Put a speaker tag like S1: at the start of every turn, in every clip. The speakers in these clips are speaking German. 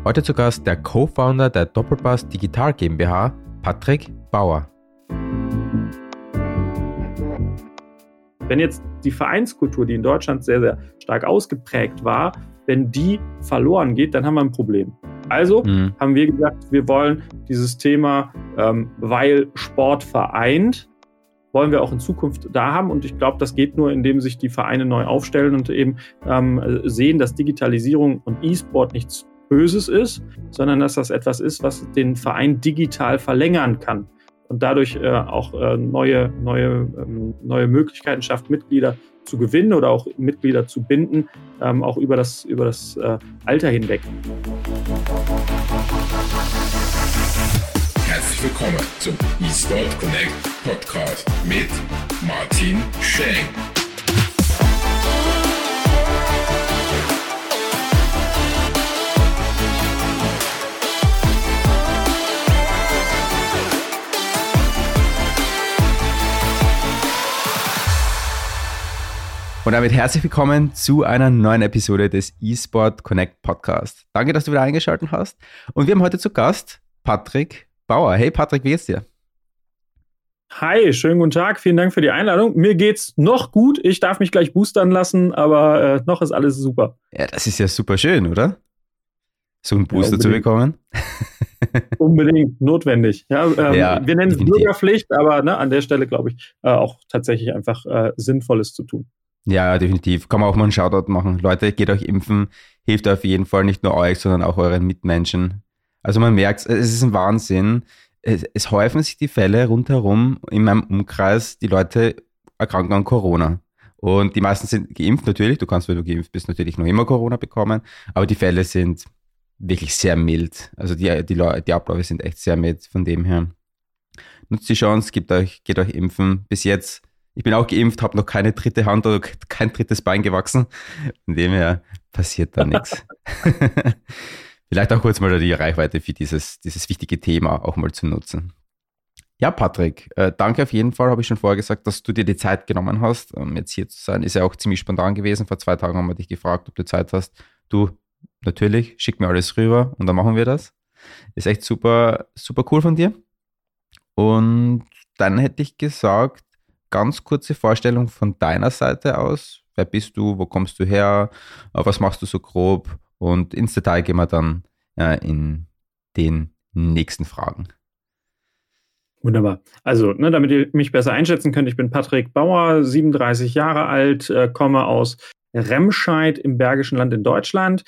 S1: Heute zu Gast der Co-Founder der Doppelpass Digital GmbH, Patrick Bauer.
S2: Wenn jetzt die Vereinskultur, die in Deutschland sehr, sehr stark ausgeprägt war, wenn die verloren geht, dann haben wir ein Problem. Also haben wir gesagt, wir wollen dieses Thema, weil Sport vereint, wollen wir auch in Zukunft da haben. Und ich glaube, das geht nur, indem sich die Vereine neu aufstellen und eben sehen, dass Digitalisierung und E-Sport nichts Böses ist, sondern dass das etwas ist, was den Verein digital verlängern kann und dadurch auch neue Möglichkeiten schafft, Mitglieder zu gewinnen oder auch Mitglieder zu binden, auch über das Alter hinweg.
S3: Herzlich willkommen zum eSport Connect Podcast mit Martin Schenk.
S1: Und damit herzlich willkommen zu einer neuen Episode des eSport Connect Podcast. Danke, dass du wieder eingeschaltet hast. Und wir haben heute zu Gast Patrick Bauer. Hey Patrick, wie geht's dir?
S2: Hi, schönen guten Tag. Vielen Dank für die Einladung. Mir geht's noch gut. Ich darf mich gleich boostern lassen, aber noch ist alles super.
S1: Ja, das ist ja super schön, oder? So einen Booster zu bekommen.
S2: Unbedingt notwendig. Ja, wir nennen es
S1: definitiv
S2: Bürgerpflicht, aber an der Stelle glaube ich auch tatsächlich einfach Sinnvolles zu tun.
S1: Ja, definitiv. Kann man auch mal einen Shoutout machen. Leute, geht euch impfen. Hilft auf jeden Fall nicht nur euch, sondern auch euren Mitmenschen. Also man merkt, es ist ein Wahnsinn. Es häufen sich die Fälle rundherum in meinem Umkreis. Die Leute erkranken an Corona. Und die meisten sind geimpft natürlich. Du kannst, wenn du geimpft bist, natürlich noch immer Corona bekommen. Aber die Fälle sind wirklich sehr mild. Also die Abläufe sind echt sehr mild. Von dem her, nutzt die Chance, geht euch impfen. Bis jetzt, ich bin auch geimpft, habe noch keine dritte Hand oder kein drittes Bein gewachsen. Von dem her passiert da nichts. Vielleicht auch kurz mal die Reichweite für dieses wichtige Thema auch mal zu nutzen. Ja, Patrick, danke auf jeden Fall, habe ich schon vorher gesagt, dass du dir die Zeit genommen hast, um jetzt hier zu sein. Ist ja auch ziemlich spontan gewesen. Vor 2 Tagen haben wir dich gefragt, ob du Zeit hast. Du, natürlich, schick mir alles rüber und dann machen wir das. Ist echt super, super cool von dir. Und dann hätte ich gesagt, ganz kurze Vorstellung von deiner Seite aus. Wer bist du? Wo kommst du her? Was machst du so grob? Und ins Detail gehen wir dann in den nächsten Fragen.
S2: Wunderbar. Also, damit ihr mich besser einschätzen könnt, ich bin Patrick Bauer, 37 Jahre alt, komme aus Remscheid im Bergischen Land in Deutschland.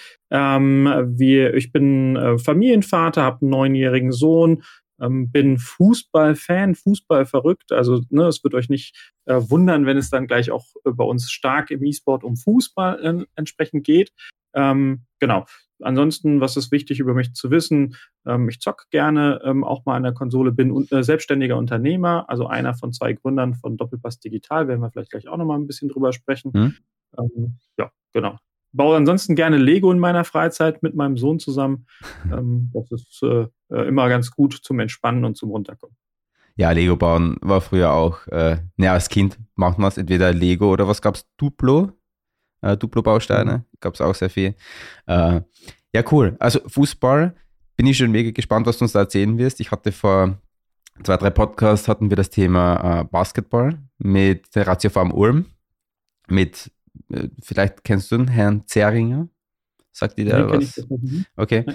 S2: Ich bin Familienvater, habe einen 9-jährigen Sohn, bin Fußballfan, Fußball verrückt. Also es wird euch nicht wundern, wenn es dann gleich auch bei uns stark im E-Sport um Fußball entsprechend geht. Genau. Ansonsten, was ist wichtig über mich zu wissen? Ich zocke gerne auch mal an der Konsole, bin selbstständiger Unternehmer, also einer von 2 Gründern von Doppelpass Digital, werden wir vielleicht gleich auch noch mal ein bisschen drüber sprechen. Ja, genau. Baue ansonsten gerne Lego in meiner Freizeit mit meinem Sohn zusammen. Das ist immer ganz gut zum Entspannen und zum Runterkommen.
S1: Ja, Lego bauen war früher auch, als Kind macht man es entweder Lego oder was gab's? Duplo-Bausteine, gab es auch sehr viel. Ja, cool. Also Fußball, bin ich schon mega gespannt, was du uns da erzählen wirst. Ich hatte vor 2, 3 Podcasts hatten wir das Thema Basketball mit der Ratio Farm Ulm, mit, vielleicht kennst du den Herrn Zeringer? Sagt dir der was? Okay.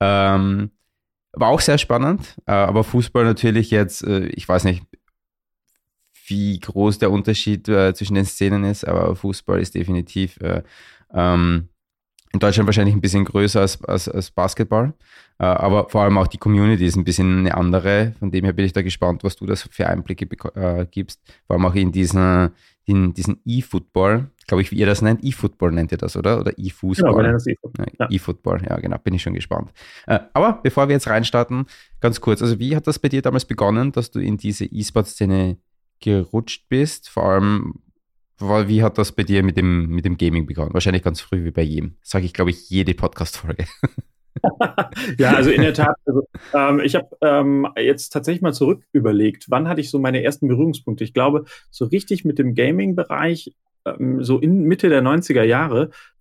S1: War auch sehr spannend, aber Fußball natürlich jetzt, ich weiß nicht, wie groß der Unterschied zwischen den Szenen ist, aber Fußball ist definitiv in Deutschland wahrscheinlich ein bisschen größer als Basketball, aber vor allem auch die Community ist ein bisschen eine andere, von dem her bin ich da gespannt, was du da für Einblicke gibst, vor allem auch in diesen E-Football, glaube ich, wie ihr das nennt, E-Football nennt ihr das, oder E-Fußball?
S2: Genau, wir nennen das E-Football.
S1: Ja. E-Football, ja genau, bin ich schon gespannt. Aber bevor wir jetzt reinstarten, ganz kurz, also wie hat das bei dir damals begonnen, dass du in diese E-Sport-Szene gerutscht bist, vor allem, wie hat das bei dir mit dem Gaming begonnen? Wahrscheinlich ganz früh wie bei jedem. Das sage ich, glaube ich, jede Podcast-Folge.
S2: Ja, also in der Tat, ich habe jetzt tatsächlich mal zurück überlegt, wann hatte ich so meine ersten Berührungspunkte? Ich glaube, so richtig mit dem Gaming-Bereich, so in Mitte der 90er Jahre,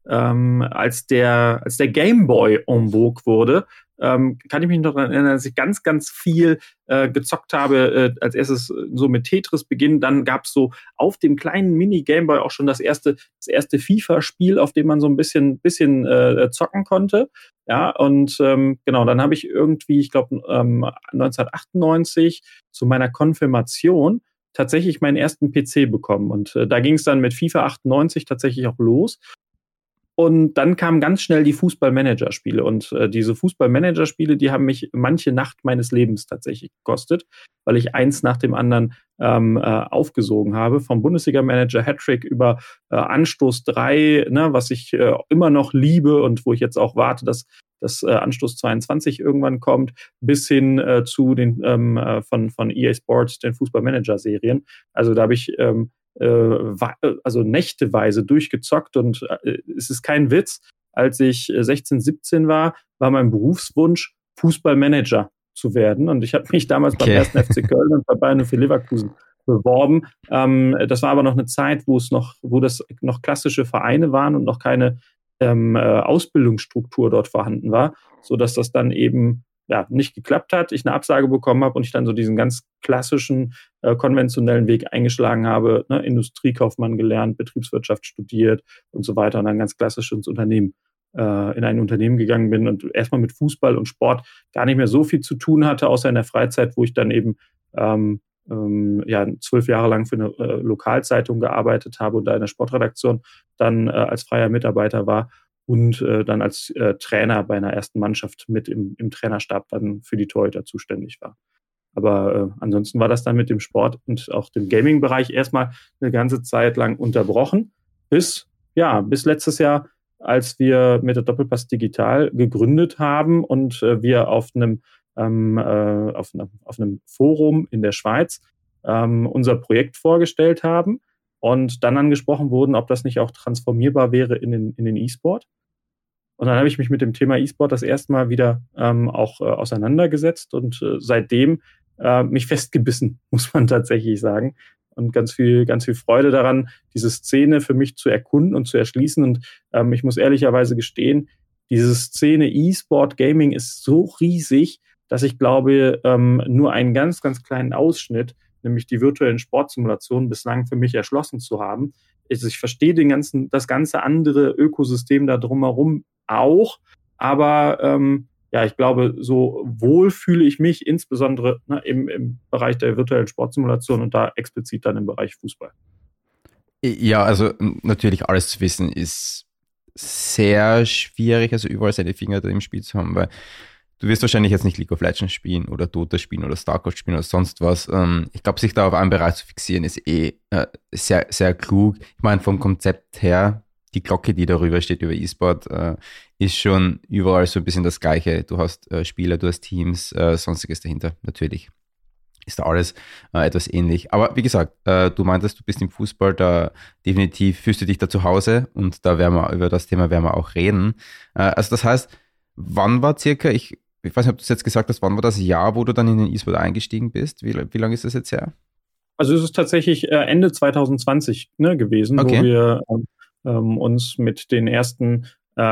S2: als der Game Boy en vogue wurde, kann ich mich noch daran erinnern, dass ich ganz, ganz viel gezockt habe. Als erstes so mit Tetris beginnen. Dann gab es so auf dem kleinen Mini-Gameboy auch schon das erste FIFA-Spiel, auf dem man so ein bisschen zocken konnte. Ja, und genau, dann habe ich irgendwie, ich glaube 1998 zu meiner Konfirmation tatsächlich meinen ersten PC bekommen. Und da ging es dann mit FIFA 98 tatsächlich auch los. Und dann kamen ganz schnell die Fußball-Manager-Spiele. Und diese Fußball-Manager-Spiele, die haben mich manche Nacht meines Lebens tatsächlich gekostet, weil ich eins nach dem anderen aufgesogen habe. Vom Bundesliga-Manager Hattrick über Anstoß 3, ne, was ich immer noch liebe und wo ich jetzt auch warte, dass das Anstoß 22 irgendwann kommt, bis hin zu den von EA Sports, den Fußball-Manager-Serien. Also da habe ich also nächteweise durchgezockt und es ist kein Witz, als ich 16, 17 war mein Berufswunsch, Fußballmanager zu werden und ich habe mich damals beim 1. FC Köln und bei Bayern für Leverkusen beworben. Das war aber noch eine Zeit, wo das noch klassische Vereine waren und noch keine Ausbildungsstruktur dort vorhanden war, sodass das dann eben nicht geklappt hat, ich eine Absage bekommen habe und ich dann so diesen ganz klassischen, konventionellen Weg eingeschlagen habe, ne, Industriekaufmann gelernt, Betriebswirtschaft studiert und so weiter und dann ganz klassisch ins Unternehmen, in ein Unternehmen gegangen bin und erstmal mit Fußball und Sport gar nicht mehr so viel zu tun hatte, außer in der Freizeit, wo ich dann eben 12 Jahre lang für eine Lokalzeitung gearbeitet habe und da in der Sportredaktion dann als freier Mitarbeiter war. Und dann als Trainer bei einer ersten Mannschaft mit im Trainerstab dann für die Torhüter zuständig war. Aber ansonsten war das dann mit dem Sport und auch dem Gaming-Bereich erstmal eine ganze Zeit lang unterbrochen, bis letztes Jahr, als wir mit der Doppelpass Digital gegründet haben und wir auf einem Forum in der Schweiz unser Projekt vorgestellt haben und dann angesprochen wurden, ob das nicht auch transformierbar wäre in den E-Sport. Und dann habe ich mich mit dem Thema E-Sport das erste Mal wieder auch auseinandergesetzt und seitdem mich festgebissen, muss man tatsächlich sagen. Und ganz viel Freude daran, diese Szene für mich zu erkunden und zu erschließen. Und ich muss ehrlicherweise gestehen, diese Szene E-Sport Gaming ist so riesig, dass ich glaube, nur einen ganz, ganz kleinen Ausschnitt, nämlich die virtuellen Sportsimulationen, bislang für mich erschlossen zu haben. Ich verstehe das ganze andere Ökosystem da drumherum auch, aber ich glaube, so wohl fühle ich mich insbesondere im Bereich der virtuellen Sportsimulation und da explizit dann im Bereich Fußball.
S1: Ja, also natürlich alles zu wissen ist sehr schwierig, also überall seine Finger da im Spiel zu haben, weil du wirst wahrscheinlich jetzt nicht League of Legends spielen oder Dota spielen oder StarCraft spielen oder sonst was. Ich glaube, sich da auf einen Bereich zu fixieren, ist sehr, sehr klug. Ich meine, vom Konzept her, die Glocke, die darüber steht, über E-Sport, ist schon überall so ein bisschen das Gleiche. Du hast Spieler, du hast Teams, sonstiges dahinter. Natürlich ist da alles etwas ähnlich. Aber wie gesagt, du meintest, du bist im Fußball, da definitiv fühlst du dich da zu Hause und da über das Thema werden wir auch reden. Also das heißt, wann war circa, ich weiß nicht, ob du es jetzt gesagt hast, wann war das Jahr, wo du dann in den E-Sport eingestiegen bist? Wie lange ist das jetzt her?
S2: Also es ist tatsächlich Ende 2020 gewesen, okay, wo wir uns mit den ersten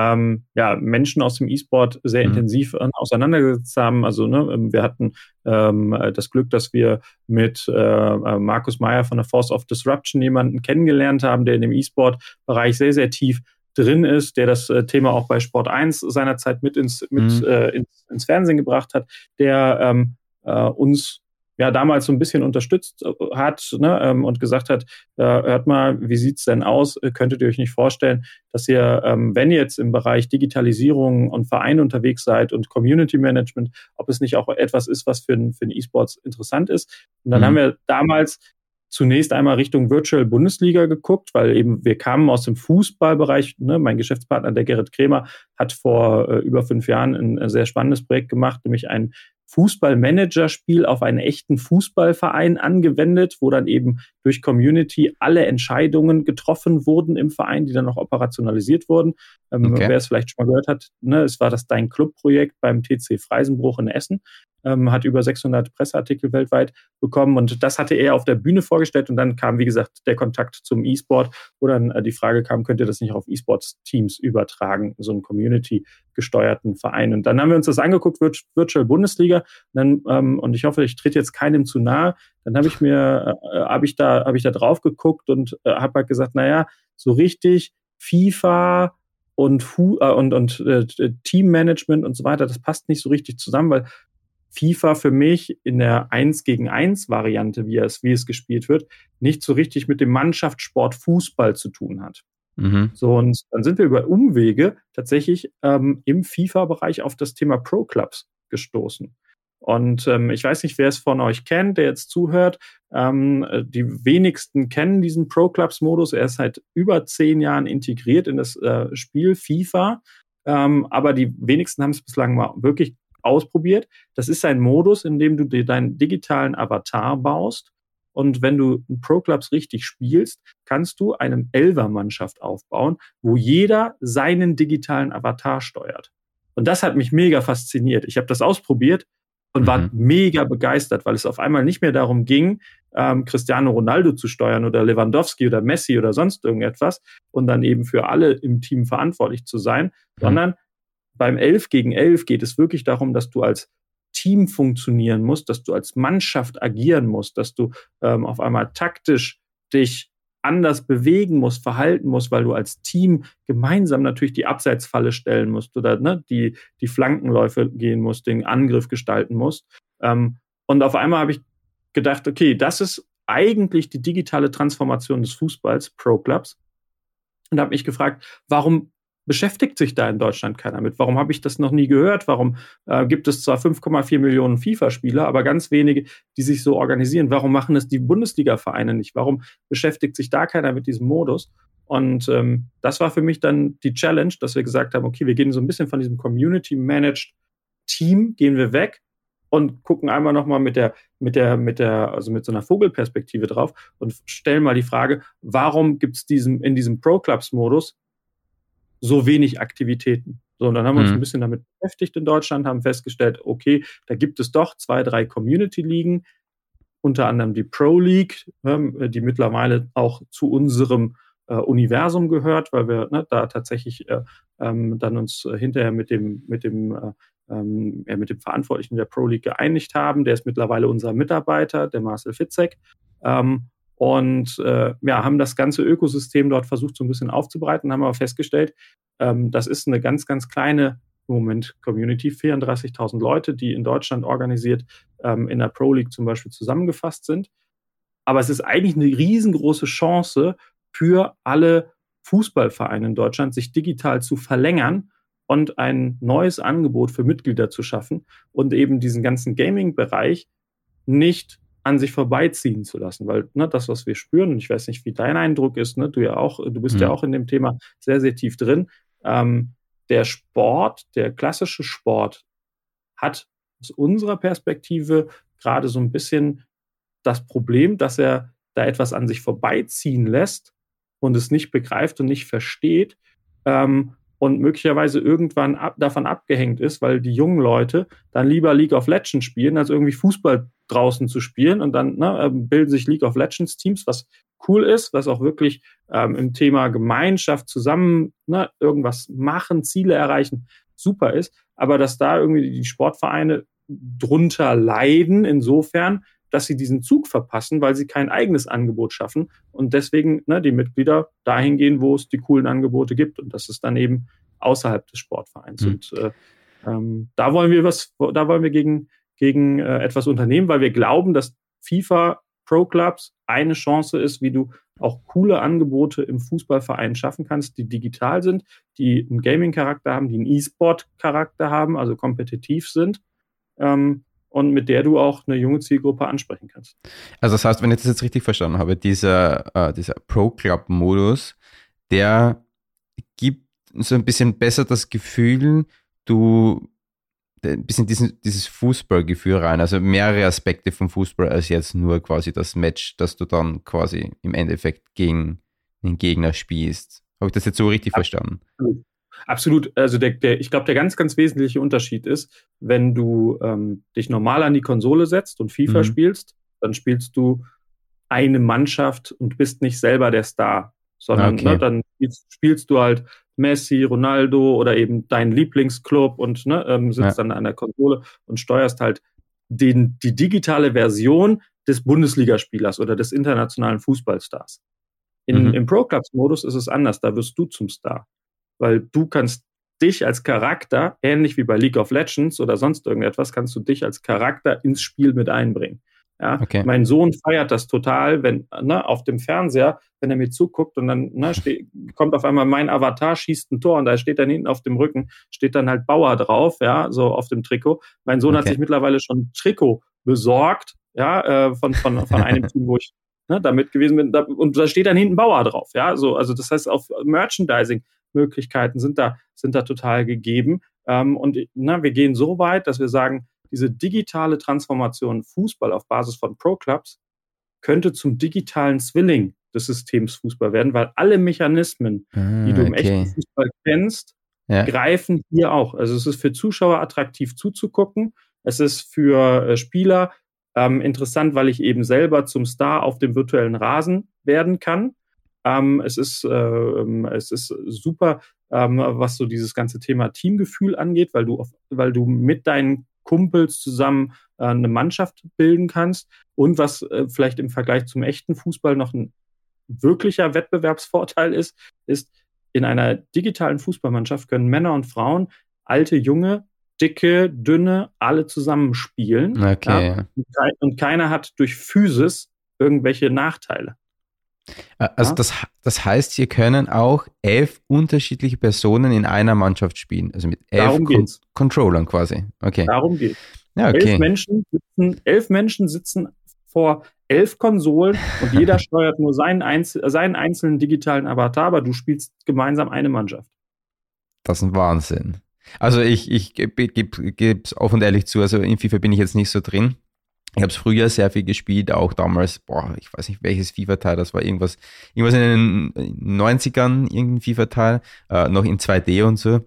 S2: Menschen aus dem E-Sport sehr intensiv auseinandergesetzt haben. Also wir hatten das Glück, dass wir mit Markus Meyer von der Force of Disruption jemanden kennengelernt haben, der in dem E-Sport-Bereich sehr, sehr tief drin ist, der das Thema auch bei Sport 1 seinerzeit mit ins Fernsehen gebracht hat, der uns damals so ein bisschen unterstützt hat und gesagt hat, hört mal, wie sieht's denn aus? Könntet ihr euch nicht vorstellen, dass ihr, wenn ihr jetzt im Bereich Digitalisierung und Vereine unterwegs seid und Community Management, ob es nicht auch etwas ist, was für den E-Sports interessant ist? Und dann haben wir damals zunächst einmal Richtung Virtual Bundesliga geguckt, weil eben wir kamen aus dem Fußballbereich. Mein Geschäftspartner, der Gerrit Krämer, hat vor über 5 Jahren ein sehr spannendes Projekt gemacht, nämlich ein Fußballmanagerspiel auf einen echten Fußballverein angewendet, wo dann eben durch Community alle Entscheidungen getroffen wurden im Verein, die dann noch operationalisiert wurden. Wer es vielleicht schon mal gehört hat, ne, es war das Dein Club-Projekt beim TC Freisenbruch in Essen. Hat über 600 Presseartikel weltweit bekommen und das hatte er auf der Bühne vorgestellt und dann kam, wie gesagt, der Kontakt zum E-Sport, wo dann die Frage kam, könnt ihr das nicht auf E-Sports-Teams übertragen, so einen Community-gesteuerten Verein. Und dann haben wir uns das angeguckt, Virtual Bundesliga, und ich hoffe, ich trete jetzt keinem zu nahe, dann habe ich da drauf geguckt und habe halt gesagt, naja, so richtig FIFA und Teammanagement und so weiter, das passt nicht so richtig zusammen, weil FIFA für mich in der 1-gegen-1 Variante, wie es gespielt wird, nicht so richtig mit dem Mannschaftssport Fußball zu tun hat. So, und dann sind wir über Umwege tatsächlich im FIFA-Bereich auf das Thema Pro Clubs gestoßen. Und ich weiß nicht, wer es von euch kennt, der jetzt zuhört. Die wenigsten kennen diesen Pro Clubs-Modus. Er ist seit über 10 Jahren integriert in das Spiel FIFA. Aber die wenigsten haben es bislang mal wirklich ausprobiert. Das ist ein Modus, in dem du dir deinen digitalen Avatar baust. Und wenn du Pro Clubs richtig spielst, kannst du eine Elfermannschaft aufbauen, wo jeder seinen digitalen Avatar steuert. Und das hat mich mega fasziniert. Ich habe das ausprobiert und war mega begeistert, weil es auf einmal nicht mehr darum ging, Cristiano Ronaldo zu steuern oder Lewandowski oder Messi oder sonst irgendetwas und dann eben für alle im Team verantwortlich zu sein, sondern beim 11-gegen-11 geht es wirklich darum, dass du als Team funktionieren musst, dass du als Mannschaft agieren musst, dass du auf einmal taktisch dich anders bewegen musst, verhalten musst, weil du als Team gemeinsam natürlich die Abseitsfalle stellen musst oder die Flankenläufe gehen musst, den Angriff gestalten musst. Und auf einmal habe ich gedacht, okay, das ist eigentlich die digitale Transformation des Fußballs, Pro Clubs. Und habe mich gefragt, warum beschäftigt sich da in Deutschland keiner mit? Warum habe ich das noch nie gehört? Warum gibt es zwar 5,4 Millionen FIFA-Spieler, aber ganz wenige, die sich so organisieren? Warum machen es die Bundesliga-Vereine nicht? Warum beschäftigt sich da keiner mit diesem Modus? Und das war für mich dann die Challenge, dass wir gesagt haben, okay, wir gehen so ein bisschen von diesem Community-Managed Team, gehen wir weg und gucken einmal nochmal also mit so einer Vogelperspektive drauf und stellen mal die Frage, warum gibt es in diesem Pro-Clubs-Modus so wenig Aktivitäten? So, und dann haben wir uns ein bisschen damit beschäftigt in Deutschland, haben festgestellt, okay, da gibt es doch 2, 3 Community-Ligen, unter anderem die Pro League, die mittlerweile auch zu unserem Universum gehört, weil wir da tatsächlich dann uns hinterher mit dem Verantwortlichen der Pro League geeinigt haben. Der ist mittlerweile unser Mitarbeiter, der Marcel Fitzek. Haben das ganze Ökosystem dort versucht, so ein bisschen aufzubereiten, haben aber festgestellt, das ist eine ganz, ganz kleine Community, 34.000 Leute, die in Deutschland organisiert in der Pro League zum Beispiel zusammengefasst sind. Aber es ist eigentlich eine riesengroße Chance für alle Fußballvereine in Deutschland, sich digital zu verlängern und ein neues Angebot für Mitglieder zu schaffen und eben diesen ganzen Gaming-Bereich nicht an sich vorbeiziehen zu lassen, weil das, was wir spüren, und ich weiß nicht, wie dein Eindruck ist, du bist ja auch in dem Thema sehr, sehr tief drin, der klassische Sport hat aus unserer Perspektive gerade so ein bisschen das Problem, dass er da etwas an sich vorbeiziehen lässt und es nicht begreift und nicht versteht und möglicherweise irgendwann davon abgehängt ist, weil die jungen Leute dann lieber League of Legends spielen, als irgendwie Fußball draußen zu spielen und dann bilden sich League of Legends Teams, was cool ist, was auch wirklich im Thema Gemeinschaft zusammen irgendwas machen, Ziele erreichen, super ist, aber dass da irgendwie die Sportvereine drunter leiden insofern, dass sie diesen Zug verpassen, weil sie kein eigenes Angebot schaffen und deswegen die Mitglieder dahin gehen, wo es die coolen Angebote gibt und das ist dann eben außerhalb des Sportvereins. Und da wollen wir gegen etwas unternehmen, weil wir glauben, dass FIFA Pro Clubs eine Chance ist, wie du auch coole Angebote im Fußballverein schaffen kannst, die digital sind, die einen Gaming-Charakter haben, die einen E-Sport-Charakter haben, also kompetitiv sind. Und mit der du auch eine junge Zielgruppe ansprechen kannst.
S1: Also das heißt, wenn ich das jetzt richtig verstanden habe, dieser Pro-Club-Modus, der gibt so ein bisschen besser das Gefühl, du ein bisschen dieses Fußballgefühl rein, also mehrere Aspekte vom Fußball als jetzt nur quasi das Match, das du dann quasi im Endeffekt gegen den Gegner spielst. Habe ich das jetzt so richtig verstanden?
S2: Absolut. Also ich glaube, der ganz, ganz wesentliche Unterschied ist, wenn du dich normal an die Konsole setzt und FIFA spielst, dann spielst du eine Mannschaft und bist nicht selber der Star, sondern dann spielst du halt Messi, Ronaldo oder eben deinen Lieblingsclub und sitzt dann an der Konsole und steuerst halt die digitale Version des Bundesligaspielers oder des internationalen Fußballstars. Im Pro-Clubs-Modus ist es anders, da wirst du zum Star, weil du kannst dich als Charakter, ähnlich wie bei League of Legends oder sonst irgendetwas, kannst du dich als Charakter ins Spiel mit einbringen. Ja, mein Sohn feiert das total, wenn auf dem Fernseher, wenn er mir zuguckt und dann kommt auf einmal mein Avatar, schießt ein Tor und da steht dann hinten auf dem Rücken, steht dann halt Bauer drauf, ja, so auf dem Trikot. Mein Sohn hat sich mittlerweile schon ein Trikot besorgt, ja, von einem Team, wo ich damit gewesen bin, und da steht dann hinten Bauer drauf, ja, so, also das heißt, auf Merchandising-Möglichkeiten sind da total gegeben, und wir gehen so weit, dass wir sagen, diese digitale Transformation Fußball auf Basis von Pro-Clubs könnte zum digitalen Zwilling des Systems Fußball werden, weil alle Mechanismen, die du im echten Fußball kennst, greifen hier auch. Also es ist für Zuschauer attraktiv zuzugucken. Es ist für Spieler interessant, weil ich eben selber zum Star auf dem virtuellen Rasen werden kann. Es ist super, was so dieses ganze Thema Teamgefühl angeht, weil du mit deinen Kumpels zusammen eine Mannschaft bilden kannst. Und was vielleicht im Vergleich zum echten Fußball noch ein wirklicher Wettbewerbsvorteil ist, in einer digitalen Fußballmannschaft können Männer und Frauen, alte, junge, dicke, dünne, alle zusammen spielen.
S1: Okay.
S2: Ja? Und keiner hat durch Physis irgendwelche Nachteile.
S1: Also das heißt, hier können auch 11 unterschiedliche Personen in einer Mannschaft spielen. Also mit 11 Controllern quasi. Okay.
S2: Darum geht's.
S1: Ja, okay.
S2: 11 Menschen sitzen vor 11 Konsolen und jeder steuert nur seinen einzelnen digitalen Avatar, aber du spielst gemeinsam eine Mannschaft.
S1: Das ist ein Wahnsinn. Also ich gebe es offen und ehrlich zu, also in FIFA bin ich jetzt nicht so drin. Ich habe es früher sehr viel gespielt, auch damals, ich weiß nicht, welches FIFA-Teil, das war irgendwas in den 90ern, irgendein FIFA-Teil, noch in 2D und so.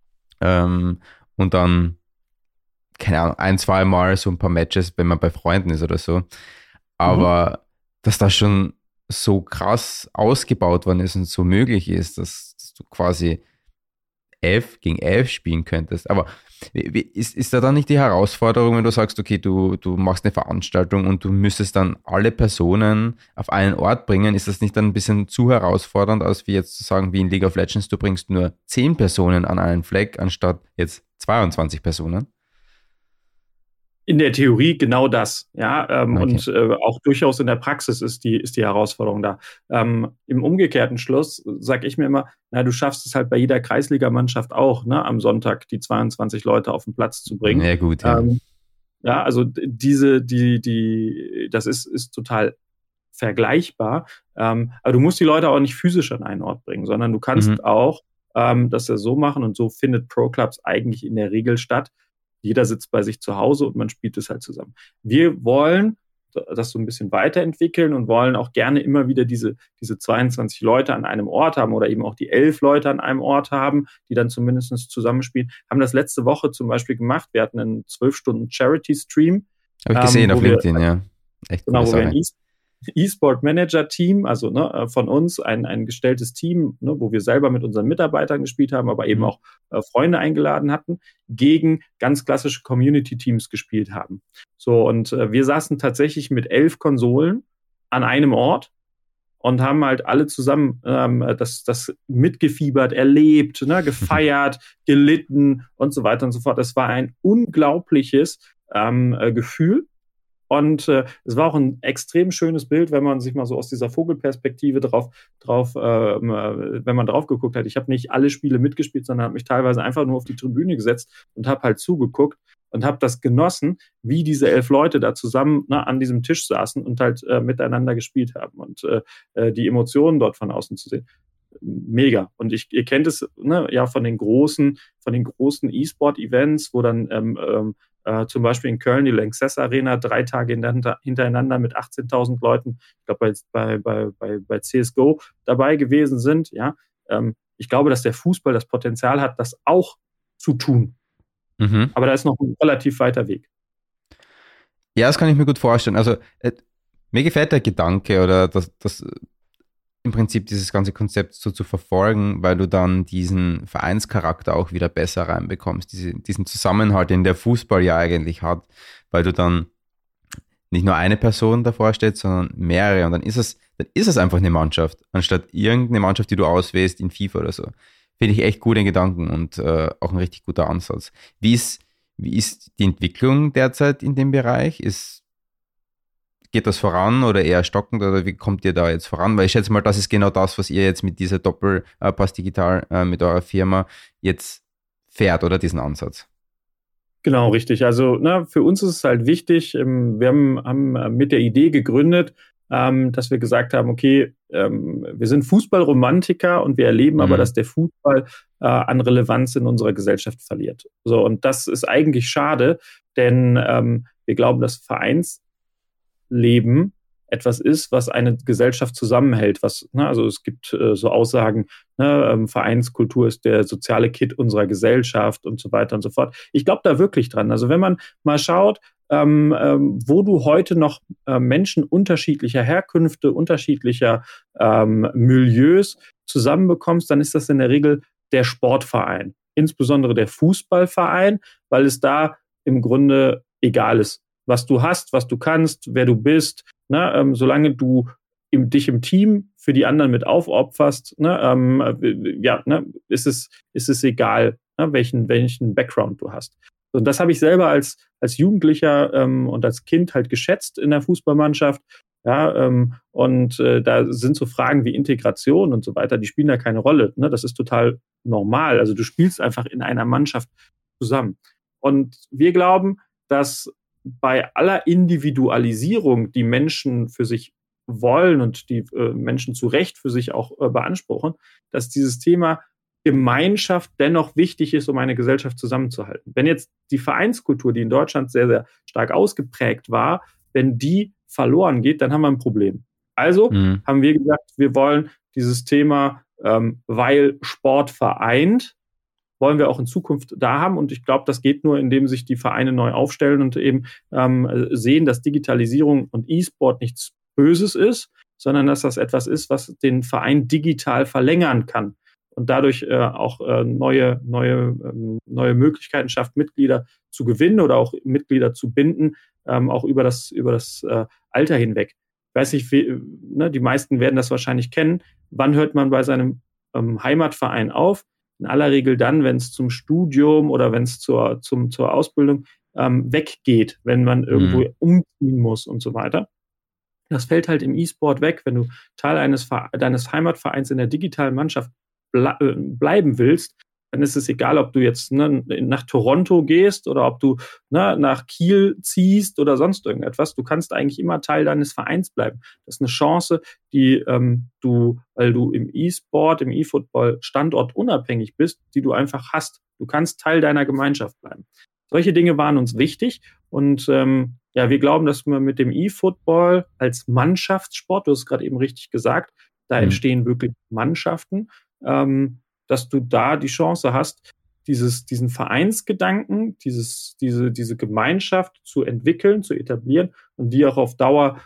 S1: Und dann, keine Ahnung, 1-2 Mal so ein paar Matches, wenn man bei Freunden ist oder so. Aber dass das schon so krass ausgebaut worden ist und so möglich ist, dass du quasi 11 gegen 11 spielen könntest. Aber ist da dann nicht die Herausforderung, wenn du sagst, okay, du machst eine Veranstaltung und du müsstest dann alle Personen auf einen Ort bringen, ist das nicht dann ein bisschen zu herausfordernd, als wie jetzt zu sagen, wie in League of Legends, du bringst nur 10 Personen an einen Fleck, anstatt jetzt 22 Personen?
S2: In der Theorie genau das, ja, okay. Und auch durchaus in der Praxis ist die Herausforderung da. Im umgekehrten Schluss sage ich mir immer, du schaffst es halt bei jeder Kreisligamannschaft auch, am Sonntag die 22 Leute auf den Platz zu bringen.
S1: Ja, gut, ja.
S2: Also das ist total vergleichbar. Aber du musst die Leute auch nicht physisch an einen Ort bringen, sondern du kannst auch das ja so machen, und so findet Pro-Clubs eigentlich in der Regel statt. Jeder sitzt bei sich zu Hause und man spielt es halt zusammen. Wir wollen das so ein bisschen weiterentwickeln und wollen auch gerne immer wieder diese 22 Leute an einem Ort haben oder eben auch die 11 Leute an einem Ort haben, die dann zumindest zusammenspielen. Haben das letzte Woche zum Beispiel gemacht. Wir hatten einen 12-Stunden-Charity-Stream.
S1: Habe ich gesehen auf LinkedIn, ja. Echt
S2: genau, wo wir ein E-Sport-Manager-Team, also von uns ein gestelltes Team, wo wir selber mit unseren Mitarbeitern gespielt haben, aber eben auch Freunde eingeladen hatten, gegen ganz klassische Community-Teams gespielt haben. So, und wir saßen tatsächlich mit 11 Konsolen an einem Ort und haben halt alle zusammen das mitgefiebert, erlebt, gefeiert, gelitten und so weiter und so fort. Es war ein unglaubliches Gefühl. Und es war auch ein extrem schönes Bild, wenn man sich mal so aus dieser Vogelperspektive wenn man drauf geguckt hat. Ich habe nicht alle Spiele mitgespielt, sondern habe mich teilweise einfach nur auf die Tribüne gesetzt und habe halt zugeguckt und habe das genossen, wie diese 11 Leute da zusammen an diesem Tisch saßen und halt miteinander gespielt haben und die Emotionen dort von außen zu sehen. mega. Und ihr kennt es, ne, ja, von den großen E-Sport-Events, wo dann zum Beispiel in Köln die Lanxess Arena 3 Tage hintereinander mit 18.000 Leuten, ich glaube bei CSGO dabei gewesen sind. Ja, ich glaube, dass der Fußball das Potenzial hat, das auch zu tun. Aber da ist noch ein relativ weiter Weg.
S1: Ja, das kann ich mir gut vorstellen. Also mir gefällt der Gedanke oder das im Prinzip dieses ganze Konzept so zu verfolgen, weil du dann diesen Vereinscharakter auch wieder besser reinbekommst, diesen Zusammenhalt, den der Fußball ja eigentlich hat, weil du dann nicht nur eine Person davor steht, sondern mehrere und dann ist es einfach eine Mannschaft, anstatt irgendeine Mannschaft, die du auswählst in FIFA oder so. Finde ich echt gute Gedanken und auch ein richtig guter Ansatz. Wie ist die Entwicklung derzeit in dem Bereich? Geht das voran oder eher stockend oder wie kommt ihr da jetzt voran? Weil ich schätze mal, das ist genau das, was ihr jetzt mit dieser Doppelpass Digital mit eurer Firma jetzt fährt, oder diesen Ansatz?
S2: Genau, richtig. Also für uns ist es halt wichtig, wir haben mit der Idee gegründet, dass wir gesagt haben, okay, wir sind Fußballromantiker und wir erleben aber, dass der Fußball an Relevanz in unserer Gesellschaft verliert. So, und das ist eigentlich schade, denn wir glauben, dass Vereinsleben etwas ist, was eine Gesellschaft zusammenhält. Also es gibt so Aussagen, Vereinskultur ist der soziale Kit unserer Gesellschaft und so weiter und so fort. Ich glaube da wirklich dran. Also wenn man mal schaut, wo du heute noch Menschen unterschiedlicher Herkünfte, unterschiedlicher Milieus zusammenbekommst, dann ist das in der Regel der Sportverein, insbesondere der Fußballverein, weil es da im Grunde egal ist, was du hast, was du kannst, wer du bist, solange du dich im Team für die anderen mit aufopferst, ist es egal, welchen Background du hast. Und das habe ich selber als Jugendlicher und als Kind halt geschätzt in der Fußballmannschaft. Ja, da sind so Fragen wie Integration und so weiter, die spielen da keine Rolle. Ne? Das ist total normal. Also du spielst einfach in einer Mannschaft zusammen. Und wir glauben, dass bei aller Individualisierung, die Menschen für sich wollen und die Menschen zu Recht für sich auch beanspruchen, dass dieses Thema Gemeinschaft dennoch wichtig ist, um eine Gesellschaft zusammenzuhalten. Wenn jetzt die Vereinskultur, die in Deutschland sehr, sehr stark ausgeprägt war, wenn die verloren geht, dann haben wir ein Problem. Also haben wir gesagt, wir wollen dieses Thema, weil Sport vereint, wollen wir auch in Zukunft da haben. Und ich glaube, das geht nur, indem sich die Vereine neu aufstellen und eben sehen, dass Digitalisierung und E-Sport nichts Böses ist, sondern dass das etwas ist, was den Verein digital verlängern kann und dadurch auch neue Möglichkeiten schafft, Mitglieder zu gewinnen oder auch Mitglieder zu binden, auch über das Alter hinweg. Ich weiß nicht, die meisten werden das wahrscheinlich kennen. Wann hört man bei seinem Heimatverein auf? In aller Regel dann, wenn es zum Studium oder wenn es zur Ausbildung weggeht, wenn man irgendwo umziehen muss und so weiter. Das fällt halt im E-Sport weg, wenn du Teil deines Heimatvereins in der digitalen Mannschaft bleiben willst, dann ist es egal, ob du jetzt nach Toronto gehst oder ob du nach Kiel ziehst oder sonst irgendetwas. Du kannst eigentlich immer Teil deines Vereins bleiben. Das ist eine Chance, die weil du im E-Sport, im E-Football standortunabhängig bist, die du einfach hast. Du kannst Teil deiner Gemeinschaft bleiben. Solche Dinge waren uns wichtig und wir glauben, dass man mit dem E-Football als Mannschaftssport, du hast es gerade eben richtig gesagt, da entstehen wirklich Mannschaften, dass du da die Chance hast, diesen Vereinsgedanken, diese Gemeinschaft zu entwickeln, zu etablieren und die auch auf Dauer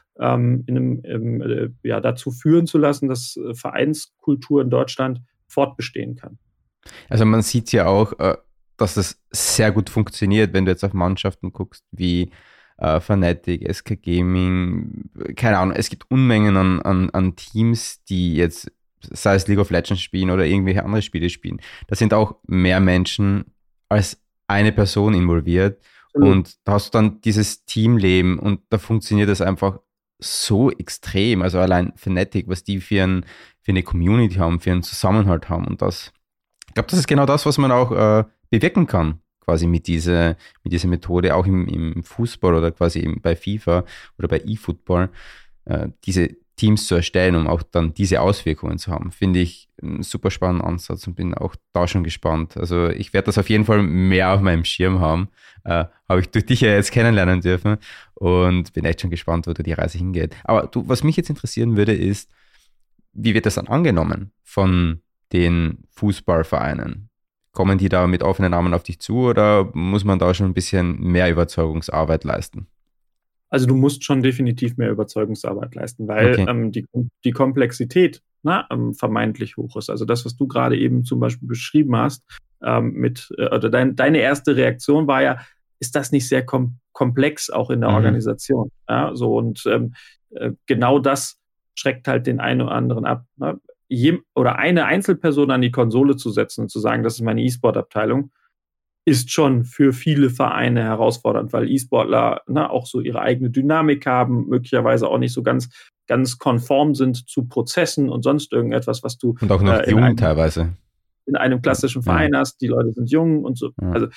S2: dazu führen zu lassen, dass Vereinskultur in Deutschland fortbestehen kann.
S1: Also man sieht ja auch, dass das sehr gut funktioniert, wenn du jetzt auf Mannschaften guckst, wie Fnatic, SK Gaming, keine Ahnung, es gibt Unmengen an Teams, die jetzt, sei es League of Legends spielen oder irgendwelche andere Spiele spielen. Da sind auch mehr Menschen als eine Person involviert und da hast du dann dieses Teamleben und da funktioniert das einfach so extrem. Also allein Fnatic, was die für eine Community haben, für einen Zusammenhalt haben und das, ich glaube, das ist genau das, was man auch bewirken kann, quasi mit dieser Methode, auch im Fußball oder quasi bei FIFA oder bei eFootball, diese Teams zu erstellen, um auch dann diese Auswirkungen zu haben. Finde ich einen super spannenden Ansatz und bin auch da schon gespannt. Also ich werde das auf jeden Fall mehr auf meinem Schirm haben. Habe ich durch dich ja jetzt kennenlernen dürfen und bin echt schon gespannt, wo da die Reise hingeht. Aber du, was mich jetzt interessieren würde, ist, wie wird das dann angenommen von den Fußballvereinen? Kommen die da mit offenen Armen auf dich zu oder muss man da schon ein bisschen mehr Überzeugungsarbeit leisten?
S2: Also du musst schon definitiv mehr Überzeugungsarbeit leisten, weil
S1: Okay.
S2: die Komplexität vermeintlich hoch ist. Also das, was du gerade eben zum Beispiel beschrieben hast, oder deine erste Reaktion war ja, ist das nicht sehr komplex auch in der
S1: Mhm.
S2: Organisation? Ja, so und genau das schreckt halt den einen oder anderen ab. Ne? Oder eine Einzelperson an die Konsole zu setzen und zu sagen, das ist meine E-Sport-Abteilung, ist schon für viele Vereine herausfordernd, weil E-Sportler auch so ihre eigene Dynamik haben, möglicherweise auch nicht so ganz konform sind zu Prozessen und sonst irgendetwas, was du
S1: Und auch noch
S2: in
S1: jung
S2: einem,
S1: teilweise.
S2: in einem klassischen
S1: Ja,
S2: Verein hast. Die Leute sind jung und so.
S1: ja.
S2: Also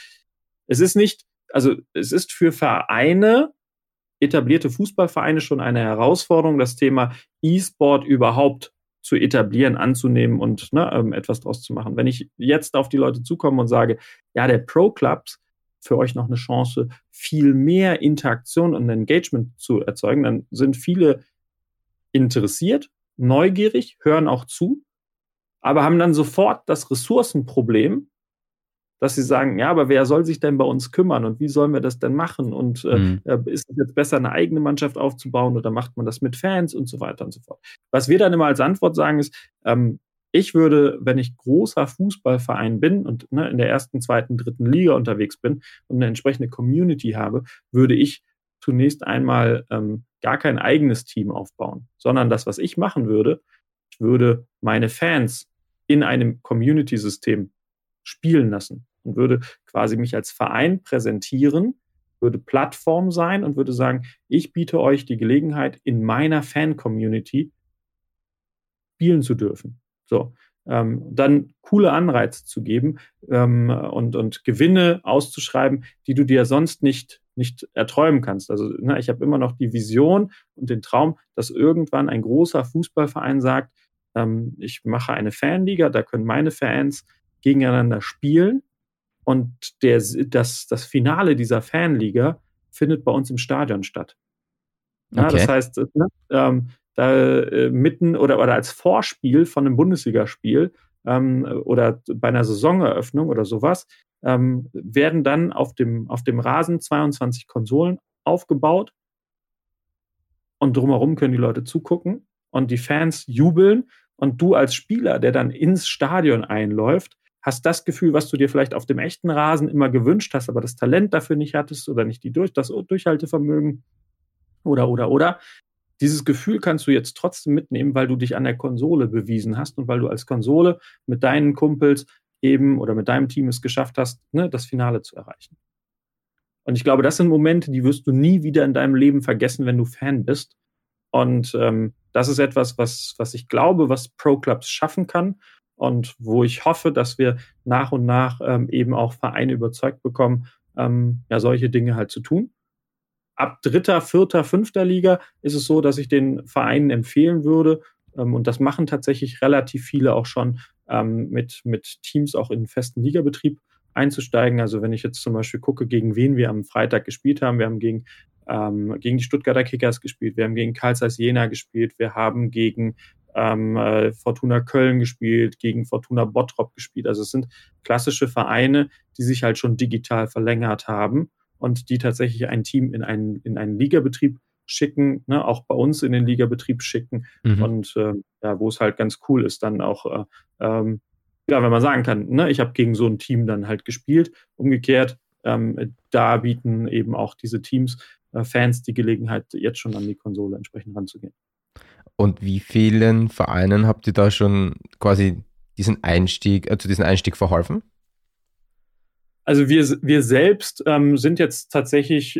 S2: es ist für Vereine, etablierte Fußballvereine schon eine Herausforderung, das Thema E-Sport überhaupt zu etablieren, anzunehmen und etwas draus zu machen. Wenn ich jetzt auf die Leute zukomme und sage, ja, der Pro-Clubs für euch noch eine Chance, viel mehr Interaktion und Engagement zu erzeugen, dann sind viele interessiert, neugierig, hören auch zu, aber haben dann sofort das Ressourcenproblem, dass sie sagen, ja, aber wer soll sich denn bei uns kümmern und wie sollen wir das denn machen? Und
S1: Mhm.
S2: ist es jetzt besser, eine eigene Mannschaft aufzubauen oder macht man das mit Fans und so weiter und so fort? Was wir dann immer als Antwort sagen ist, ich würde, wenn ich großer Fußballverein bin und in der ersten, zweiten, dritten Liga unterwegs bin und eine entsprechende Community habe, würde ich zunächst einmal gar kein eigenes Team aufbauen, sondern das, was ich machen würde, ich würde meine Fans in einem Community-System spielen lassen und würde quasi mich als Verein präsentieren, würde Plattform sein und würde sagen, ich biete euch die Gelegenheit, in meiner Fan-Community spielen zu dürfen. So, dann coole Anreize zu geben und Gewinne auszuschreiben, die du dir sonst nicht erträumen kannst. Also ich habe immer noch die Vision und den Traum, dass irgendwann ein großer Fußballverein sagt, ich mache eine Fanliga, da können meine Fans gegeneinander spielen und das Finale dieser Fanliga findet bei uns im Stadion statt. Ja, das
S1: Okay.
S2: heißt, mitten oder als Vorspiel von einem Bundesligaspiel oder bei einer Saisoneröffnung oder sowas, werden dann auf dem Rasen 22 Konsolen aufgebaut und drumherum können die Leute zugucken und die Fans jubeln und du als Spieler, der dann ins Stadion einläuft, hast das Gefühl, was du dir vielleicht auf dem echten Rasen immer gewünscht hast, aber das Talent dafür nicht hattest oder nicht das Durchhaltevermögen oder. Dieses Gefühl kannst du jetzt trotzdem mitnehmen, weil du dich an der Konsole bewiesen hast und weil du als Konsole mit deinen Kumpels eben oder mit deinem Team es geschafft hast, das Finale zu erreichen. Und ich glaube, das sind Momente, die wirst du nie wieder in deinem Leben vergessen, wenn du Fan bist. Und das ist etwas, was ich glaube, was Pro-Clubs schaffen kann und wo ich hoffe, dass wir nach und nach eben auch Vereine überzeugt bekommen, solche Dinge halt zu tun. Ab dritter, vierter, fünfter Liga ist es so, dass ich den Vereinen empfehlen würde, und das machen tatsächlich relativ viele auch schon, mit Teams auch in einen festen Ligabetrieb einzusteigen. Also wenn ich jetzt zum Beispiel gucke, gegen wen wir am Freitag gespielt haben, wir haben gegen die Stuttgarter Kickers gespielt, wir haben gegen Carl Zeiss Jena gespielt, wir haben gegen Fortuna Köln gespielt, gegen Fortuna Bottrop gespielt. Also es sind klassische Vereine, die sich halt schon digital verlängert haben und die tatsächlich ein Team in einen Ligabetrieb schicken, auch bei uns in den Ligabetrieb schicken
S1: Mhm.
S2: und wo es halt ganz cool ist, dann auch, wenn man sagen kann, ich habe gegen so ein Team dann halt gespielt. Umgekehrt, da bieten eben auch diese Teams Fans die Gelegenheit, jetzt schon an die Konsole entsprechend ranzugehen.
S1: Und wie vielen Vereinen habt ihr da schon quasi zu diesem Einstieg verholfen?
S2: Also wir selbst sind jetzt tatsächlich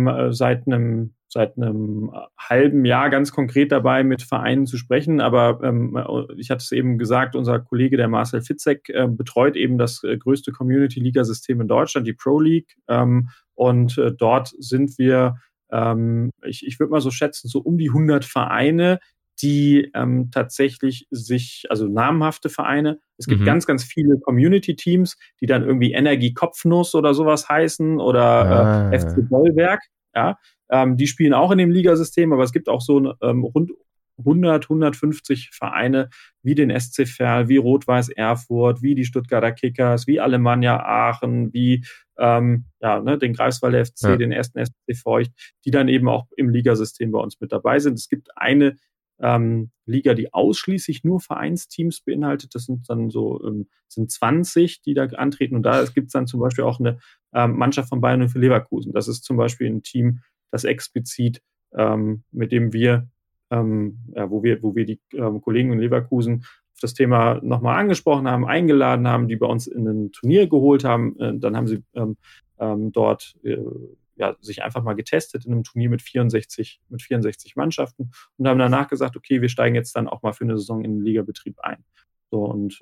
S2: seit einem halben Jahr ganz konkret dabei, mit Vereinen zu sprechen. Aber ich hatte es eben gesagt, unser Kollege, der Marcel Fitzek, betreut eben das größte Community-Liga-System in Deutschland, die Pro League. Und dort sind wir, ich würde mal so schätzen, so um die 100 Vereine, die tatsächlich also namhafte Vereine. Es gibt ganz, ganz viele Community-Teams, die dann irgendwie Energie Kopfnuss oder sowas heißen oder FC Bollwerk. Ja, die spielen auch in dem Ligasystem, aber es gibt auch so rund 100, 150 Vereine wie den SC Verl, wie Rot-Weiß Erfurt, wie die Stuttgarter Kickers, wie Alemannia Aachen, wie den Greifswalder FC, den ersten SC Feucht, die dann eben auch im Ligasystem bei uns mit dabei sind. Es gibt eine Liga, die ausschließlich nur Vereinsteams beinhaltet. Das sind dann sind 20, die da antreten. Und da gibt es dann zum Beispiel auch eine Mannschaft von Bayern für Leverkusen. Das ist zum Beispiel ein Team, das explizit, mit dem wir, wo wir die Kollegen in Leverkusen auf das Thema nochmal angesprochen haben, eingeladen haben, die bei uns in ein Turnier geholt haben. Dann haben sie dort sich einfach mal getestet in einem Turnier mit 64 Mannschaften und haben danach gesagt, okay, wir steigen jetzt dann auch mal für eine Saison in den Ligabetrieb ein. So, und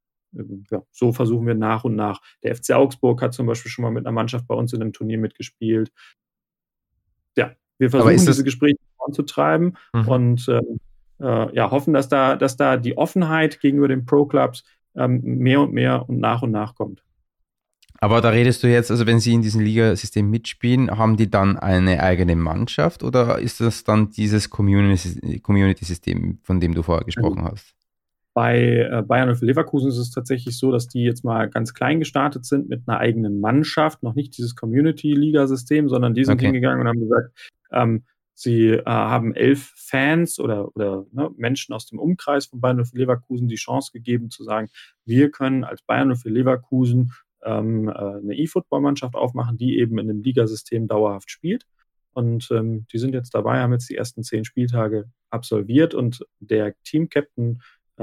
S2: so versuchen wir nach und nach. Der FC Augsburg hat zum Beispiel schon mal mit einer Mannschaft bei uns in einem Turnier mitgespielt. Ja, wir versuchen diese Gespräche voranzutreiben und hoffen, dass da die Offenheit gegenüber den Pro-Clubs mehr und mehr und nach kommt.
S1: Aber da redest du jetzt, also wenn sie in diesem Ligasystem mitspielen, haben die dann eine eigene Mannschaft oder ist das dann dieses Community-System, von dem du vorher gesprochen hast?
S2: Bei Bayern und Leverkusen ist es tatsächlich so, dass die jetzt mal ganz klein gestartet sind mit einer eigenen Mannschaft, noch nicht dieses Community-Liga-System, sondern die sind hingegangen und haben gesagt, sie haben 11 Fans oder Menschen aus dem Umkreis von Bayern und Leverkusen die Chance gegeben zu sagen, wir können als Bayern und Leverkusen eine E-Football-Mannschaft aufmachen, die eben in dem Ligasystem dauerhaft spielt. Und die sind jetzt dabei, haben jetzt die ersten 10 Spieltage absolviert und der Team-Captain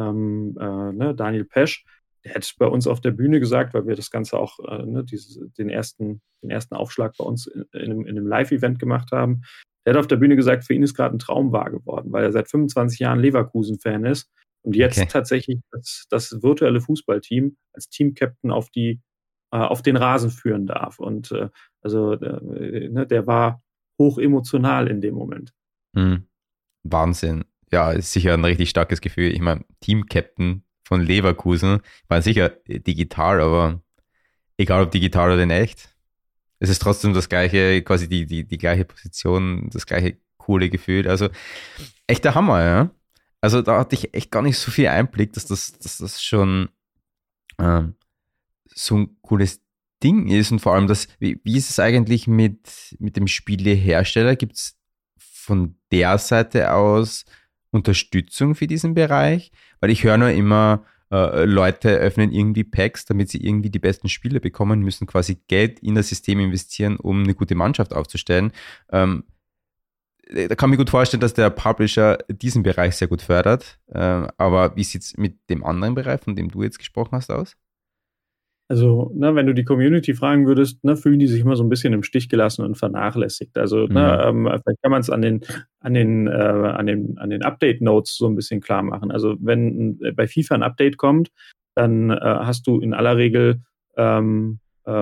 S2: Daniel Pesch, der hat bei uns auf der Bühne gesagt, weil wir das Ganze auch den ersten Aufschlag bei uns in einem Live-Event gemacht haben. Der hat auf der Bühne gesagt, für ihn ist gerade ein Traum wahr geworden, weil er seit 25 Jahren Leverkusen-Fan ist und jetzt tatsächlich das virtuelle Fußballteam als Team-Captain auf den Rasen führen darf. Und der war hoch emotional in dem Moment.
S1: Wahnsinn. Ja, ist sicher ein richtig starkes Gefühl. Ich meine, Team-Captain von Leverkusen war sicher digital, aber egal ob digital oder in echt, es ist trotzdem das gleiche, quasi die gleiche Position, das gleiche coole Gefühl. Also echt der Hammer, ja. Also da hatte ich echt gar nicht so viel Einblick, dass das schon so ein cooles Ding ist und vor allem, wie ist es eigentlich mit dem Spielehersteller? Gibt es von der Seite aus Unterstützung für diesen Bereich? Weil ich höre nur immer, Leute öffnen irgendwie Packs, damit sie irgendwie die besten Spiele bekommen, müssen quasi Geld in das System investieren, um eine gute Mannschaft aufzustellen. Da kann ich mir gut vorstellen, dass der Publisher diesen Bereich sehr gut fördert. Aber wie sieht es mit dem anderen Bereich, von dem du jetzt gesprochen hast, aus?
S2: Also, wenn du die Community fragen würdest, fühlen die sich immer so ein bisschen im Stich gelassen und vernachlässigt. Also, vielleicht kann man es an den Update-Notes so ein bisschen klar machen. Also, wenn bei FIFA ein Update kommt, dann hast du in aller Regel 10,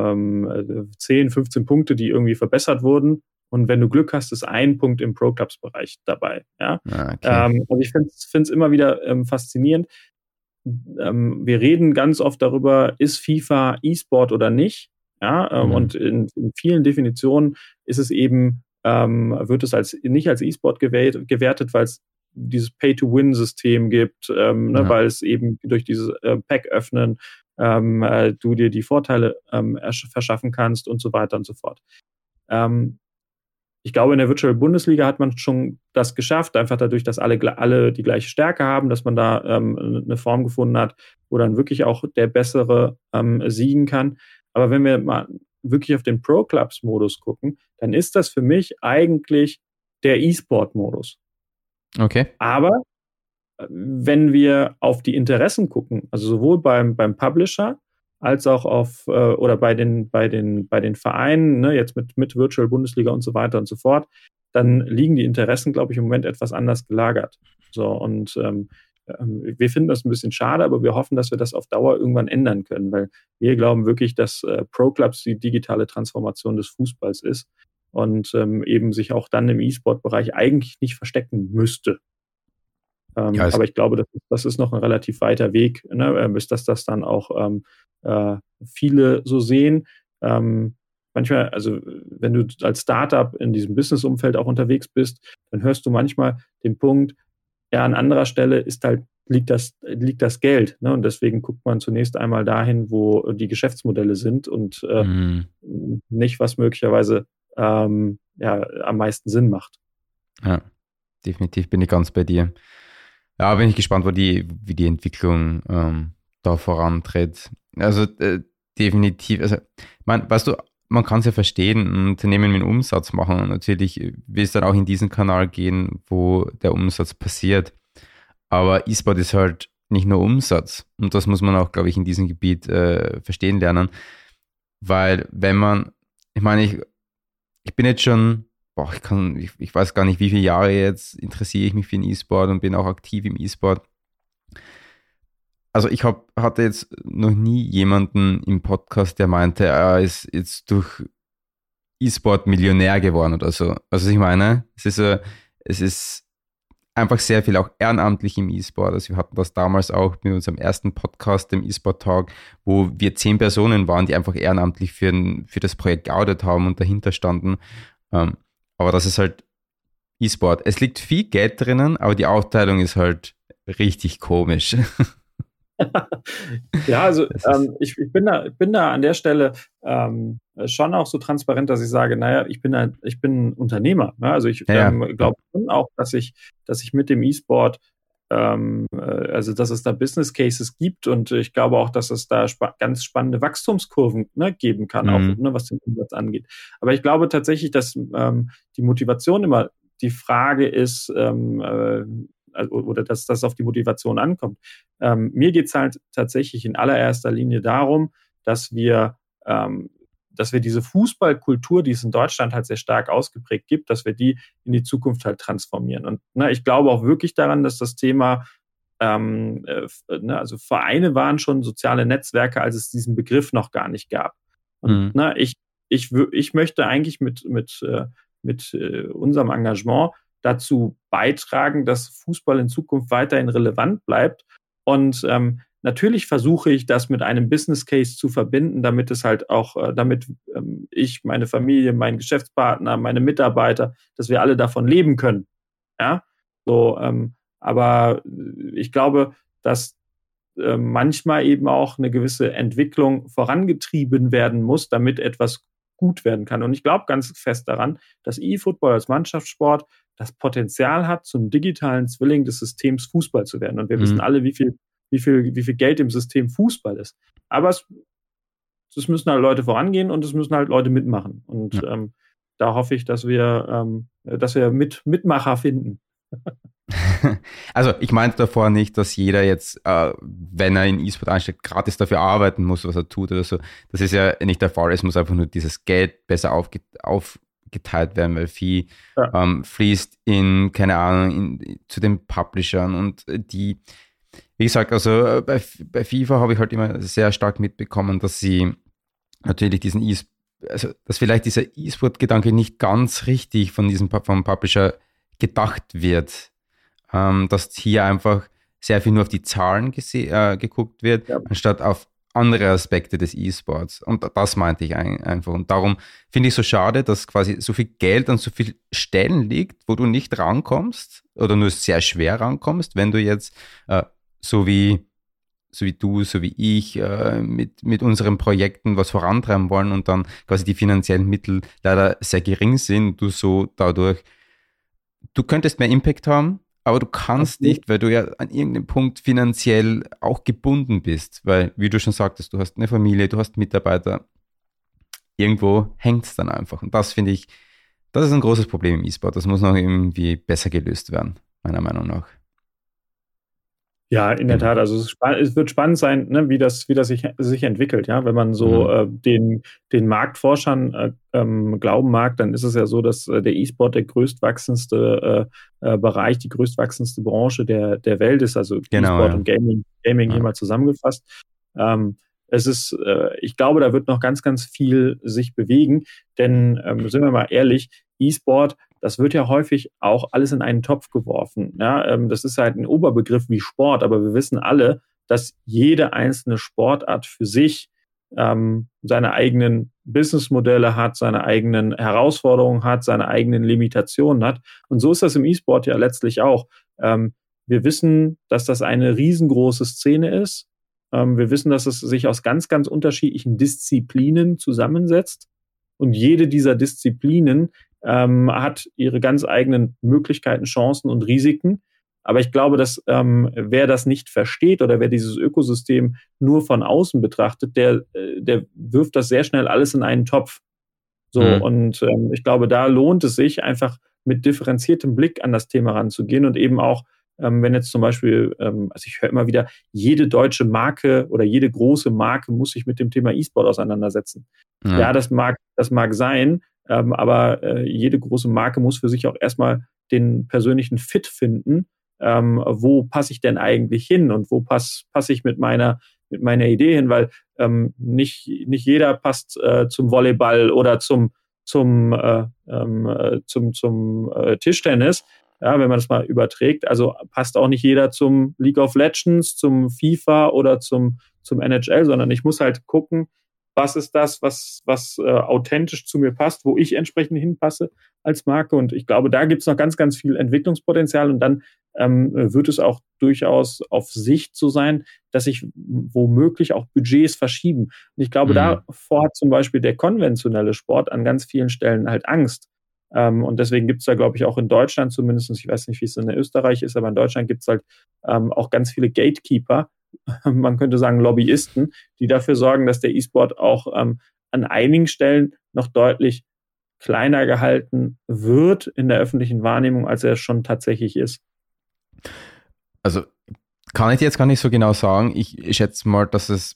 S2: 15 Punkte, die irgendwie verbessert wurden. Und wenn du Glück hast, ist ein Punkt im Pro-Clubs-Bereich dabei. Ja? Okay. Also ich finde es immer wieder faszinierend. Wir reden ganz oft darüber, ist FIFA E-Sport oder nicht? Ja, und in vielen Definitionen ist es eben, wird es nicht als E-Sport gewertet, weil es dieses Pay-to-Win-System gibt, weil es eben durch dieses Pack öffnen du dir die Vorteile verschaffen kannst und so weiter und so fort. Ich glaube, in der Virtual Bundesliga hat man schon das geschafft, einfach dadurch, dass alle die gleiche Stärke haben, dass man da eine Form gefunden hat, wo dann wirklich auch der Bessere siegen kann. Aber wenn wir mal wirklich auf den Pro-Clubs-Modus gucken, dann ist das für mich eigentlich der E-Sport-Modus.
S1: Okay.
S2: Aber wenn wir auf die Interessen gucken, also sowohl beim Publisher als auch bei den Vereinen, jetzt mit Virtual Bundesliga und so weiter und so fort, dann liegen die Interessen, glaube ich, im Moment etwas anders gelagert. So, und wir finden das ein bisschen schade, aber wir hoffen, dass wir das auf Dauer irgendwann ändern können, weil wir glauben wirklich, dass Pro-Clubs die digitale Transformation des Fußballs ist und eben sich auch dann im E-Sport-Bereich eigentlich nicht verstecken müsste. Aber ich glaube, das ist noch ein relativ weiter Weg, ne, bis dass das dann auch viele so sehen. Manchmal, also wenn du als Startup in diesem Business-Umfeld auch unterwegs bist, dann hörst du manchmal den Punkt, ja, an anderer Stelle liegt das Geld. Ne? Und deswegen guckt man zunächst einmal dahin, wo die Geschäftsmodelle sind und nicht, was möglicherweise am meisten Sinn macht.
S1: Ja, definitiv bin ich ganz bei dir. Ja, bin ich gespannt, wie die Entwicklung da vorantritt. Also definitiv, also weißt du, man kann es ja verstehen, ein Unternehmen mit Umsatz machen und natürlich will es dann auch in diesen Kanal gehen, wo der Umsatz passiert. Aber E-Sport ist halt nicht nur Umsatz und das muss man auch, glaube ich, in diesem Gebiet verstehen lernen, weil ich bin jetzt schon, ich weiß gar nicht, wie viele Jahre jetzt interessiere ich mich für den E-Sport und bin auch aktiv im E-Sport. Also ich hatte jetzt noch nie jemanden im Podcast, der meinte, er ist jetzt durch E-Sport Millionär geworden oder so. Also ich meine, es ist einfach sehr viel auch ehrenamtlich im E-Sport. Also wir hatten das damals auch mit unserem ersten Podcast, dem E-Sport Talk, wo wir 10 Personen waren, die einfach ehrenamtlich für das Projekt gearbeitet haben und dahinter standen. Aber das ist halt E-Sport. Es liegt viel Geld drinnen, aber die Aufteilung ist halt richtig komisch.
S2: Ja, also ich bin da an der Stelle schon auch so transparent, dass ich sage, naja, ich bin Unternehmer. Ne? Also ich glaube schon auch, dass ich mit dem E-Sport, also dass es da Business Cases gibt und ich glaube auch, dass es da ganz spannende Wachstumskurven geben kann, auch was den Umsatz angeht. Aber ich glaube tatsächlich, dass die Motivation immer die Frage ist, oder dass das auf die Motivation ankommt. Mir geht es halt tatsächlich in allererster Linie darum, dass wir diese Fußballkultur, die es in Deutschland halt sehr stark ausgeprägt gibt, dass wir die in die Zukunft halt transformieren. Und ich glaube auch wirklich daran, dass das Thema, also Vereine waren schon soziale Netzwerke, als es diesen Begriff noch gar nicht gab. Und ich möchte eigentlich mit unserem Engagement dazu beitragen, dass Fußball in Zukunft weiterhin relevant bleibt. Und natürlich versuche ich, das mit einem Business Case zu verbinden, damit es halt auch, damit ich, meine Familie, mein Geschäftspartner, meine Mitarbeiter, dass wir alle davon leben können. Ja, so. Aber ich glaube, dass manchmal eben auch eine gewisse Entwicklung vorangetrieben werden muss, damit etwas gut werden kann. Und ich glaube ganz fest daran, dass E-Football als Mannschaftssport das Potenzial hat, zum digitalen Zwilling des Systems Fußball zu werden. Und wir wissen alle, wie viel Geld im System Fußball ist. Aber es müssen halt Leute vorangehen und es müssen halt Leute mitmachen. Und da hoffe ich, dass wir Mitmacher finden.
S1: Also ich meinte davor nicht, dass jeder jetzt, wenn er in E-Sport einsteigt, gratis dafür arbeiten muss, was er tut oder so. Das ist ja nicht der Fall. Es muss einfach nur dieses Geld besser aufgeteilt werden, weil viel fließt in, keine Ahnung, zu den Publishern und die, wie gesagt, also bei FIFA habe ich halt immer sehr stark mitbekommen, dass sie natürlich dass vielleicht dieser E-Sport-Gedanke nicht ganz richtig vom Publisher gedacht wird. Dass hier einfach sehr viel nur auf die Zahlen geguckt wird, anstatt auf andere Aspekte des E-Sports. Und das meinte ich einfach. Und darum finde ich so schade, dass quasi so viel Geld an so vielen Stellen liegt, wo du nicht rankommst oder nur sehr schwer rankommst, wenn du jetzt so wie du, so wie ich, mit unseren Projekten was vorantreiben wollen und dann quasi die finanziellen Mittel leider sehr gering sind, du könntest mehr Impact haben, aber du kannst nicht, weil du ja an irgendeinem Punkt finanziell auch gebunden bist, weil, wie du schon sagtest, du hast eine Familie, du hast Mitarbeiter, irgendwo hängt es dann einfach. Und das finde ich, das ist ein großes Problem im E-Sport, das muss noch irgendwie besser gelöst werden, meiner Meinung nach.
S2: Ja, in der Tat. Also es wird spannend sein, wie das sich entwickelt. Ja, wenn man so den Marktforschern glauben mag, dann ist es ja so, dass der E-Sport der größtwachsendste Bereich, die größtwachsendste Branche der Welt ist. Also E-Sport und Gaming hier mal zusammengefasst. Ich glaube, da wird noch ganz, ganz viel sich bewegen. Denn sind wir mal ehrlich, E-Sport das wird ja häufig auch alles in einen Topf geworfen. Ja? Das ist halt ein Oberbegriff wie Sport, aber wir wissen alle, dass jede einzelne Sportart für sich seine eigenen Businessmodelle hat, seine eigenen Herausforderungen hat, seine eigenen Limitationen hat. Und so ist das im E-Sport ja letztlich auch. Wir wissen, dass das eine riesengroße Szene ist. Wir wissen, dass es sich aus ganz, ganz unterschiedlichen Disziplinen zusammensetzt. Und jede dieser Disziplinen hat ihre ganz eigenen Möglichkeiten, Chancen und Risiken. Aber ich glaube, dass wer das nicht versteht oder wer dieses Ökosystem nur von außen betrachtet, der wirft das sehr schnell alles in einen Topf. So, und ich glaube, da lohnt es sich einfach mit differenziertem Blick an das Thema ranzugehen und eben auch, wenn jetzt zum Beispiel, also ich höre immer wieder, jede deutsche Marke oder jede große Marke muss sich mit dem Thema E-Sport auseinandersetzen. Ja, das mag sein, aber jede große Marke muss für sich auch erstmal den persönlichen Fit finden. Wo passe ich denn eigentlich hin und wo passe ich mit meiner Idee hin, weil nicht jeder passt zum Volleyball oder zum Tischtennis, ja, wenn man das mal überträgt. Also passt auch nicht jeder zum League of Legends, zum FIFA oder zum NHL, sondern ich muss halt gucken, was ist das, was authentisch zu mir passt, wo ich entsprechend hinpasse als Marke. Und ich glaube, da gibt es noch ganz, ganz viel Entwicklungspotenzial. Und dann wird es auch durchaus auf Sicht so sein, dass sich womöglich auch Budgets verschieben. Und ich glaube, davor hat zum Beispiel der konventionelle Sport an ganz vielen Stellen halt Angst. Und deswegen gibt es da, glaube ich, auch in Deutschland zumindest, ich weiß nicht, wie es in Österreich ist, aber in Deutschland gibt es halt auch ganz viele Gatekeeper, man könnte sagen Lobbyisten, die dafür sorgen, dass der E-Sport auch an einigen Stellen noch deutlich kleiner gehalten wird in der öffentlichen Wahrnehmung, als er schon tatsächlich ist.
S1: Also kann ich jetzt gar nicht so genau sagen. Ich schätze mal, dass es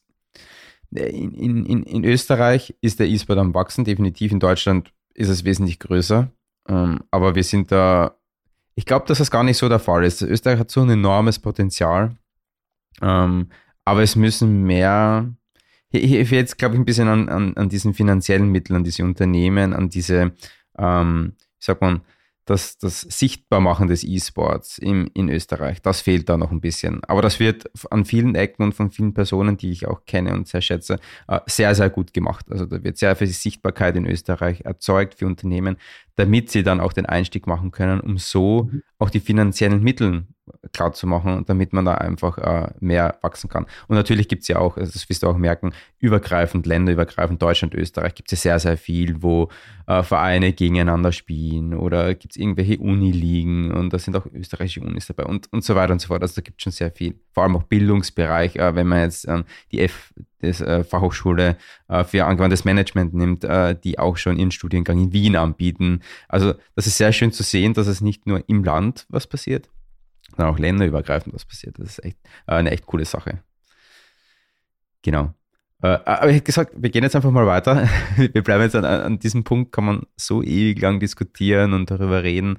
S1: in Österreich ist der E-Sport am Wachsen, definitiv. In Deutschland ist es wesentlich größer. Aber wir sind da, ich glaube, dass das gar nicht so der Fall ist. Österreich hat so ein enormes Potenzial. Aber es müssen mehr, ich will jetzt, glaube ich, ein bisschen an diesen finanziellen Mitteln, an diese Unternehmen, an diese, wie sagt man, das Sichtbarmachen des E-Sports in Österreich, das fehlt da noch ein bisschen. Aber das wird an vielen Ecken und von vielen Personen, die ich auch kenne und sehr schätze, sehr, sehr gut gemacht. Also da wird sehr viel Sichtbarkeit in Österreich erzeugt für Unternehmen, damit sie dann auch den Einstieg machen können, um so auch die finanziellen Mittel klar zu machen und damit man da einfach mehr wachsen kann. Und natürlich gibt es ja auch, also das wirst du auch merken, länderübergreifend, Deutschland, Österreich, gibt es ja sehr, sehr viel, wo Vereine gegeneinander spielen oder gibt es irgendwelche Uni-Ligen und da sind auch österreichische Unis dabei und so weiter und so fort. Also da gibt es schon sehr viel. Vor allem auch Bildungsbereich, wenn man jetzt die Fachhochschule für angewandtes Management nimmt, die auch schon ihren Studiengang in Wien anbieten. Also das ist sehr schön zu sehen, dass es nicht nur im Land was passiert, sondern auch länderübergreifend was passiert. Das ist echt eine echt coole Sache. Genau. Aber ich hätte gesagt, wir gehen jetzt einfach mal weiter. Wir bleiben jetzt an diesem Punkt, kann man so ewig lang diskutieren und darüber reden.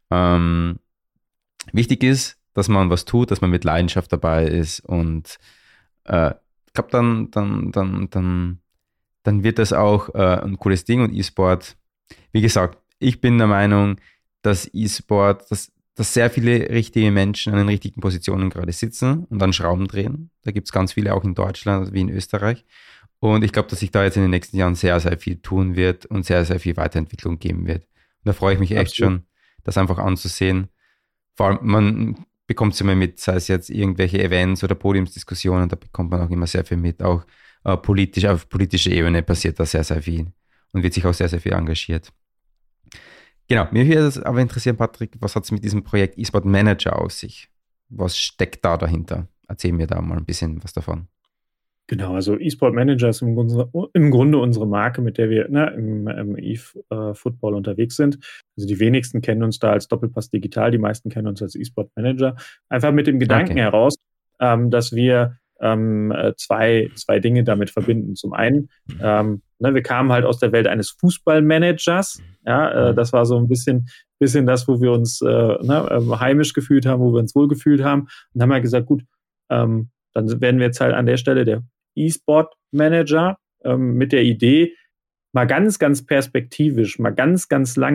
S1: Wichtig ist, dass man was tut, dass man mit Leidenschaft dabei ist und ich glaube, dann wird das auch ein cooles Ding und E-Sport. Wie gesagt, ich bin der Meinung, dass E-Sport, dass sehr viele richtige Menschen an den richtigen Positionen gerade sitzen und an Schrauben drehen. Da gibt es ganz viele auch in Deutschland wie in Österreich. Und ich glaube, dass sich da jetzt in den nächsten Jahren sehr, sehr viel tun wird und sehr, sehr viel Weiterentwicklung geben wird. Und da freue ich mich echt schon, das einfach anzusehen. Vor allem, man bekommt es immer mit, sei es jetzt irgendwelche Events oder Podiumsdiskussionen, da bekommt man auch immer sehr viel mit. Auch auf politischer Ebene passiert da sehr, sehr viel und wird sich auch sehr, sehr viel engagiert. Genau, mir würde es aber interessieren, Patrick, was hat es mit diesem Projekt eSport Manager auf sich? Was steckt da dahinter? Erzähl mir da mal ein bisschen was davon.
S2: Genau, also eSport Manager ist im Grunde unsere Marke, mit der wir im E-Football unterwegs sind. Also die wenigsten kennen uns da als Doppelpass Digital, die meisten kennen uns als eSport Manager. Einfach mit dem Gedanken heraus, dass wir zwei Dinge damit verbinden. Zum einen, wir kamen halt aus der Welt eines Fußballmanagers. Ja, das war so ein bisschen das, wo wir uns heimisch gefühlt haben, wo wir uns wohl gefühlt haben. Und haben halt gesagt, gut, dann werden wir jetzt halt an der Stelle der E-Sport Manager mit der Idee, mal ganz, ganz perspektivisch, mal ganz, ganz lang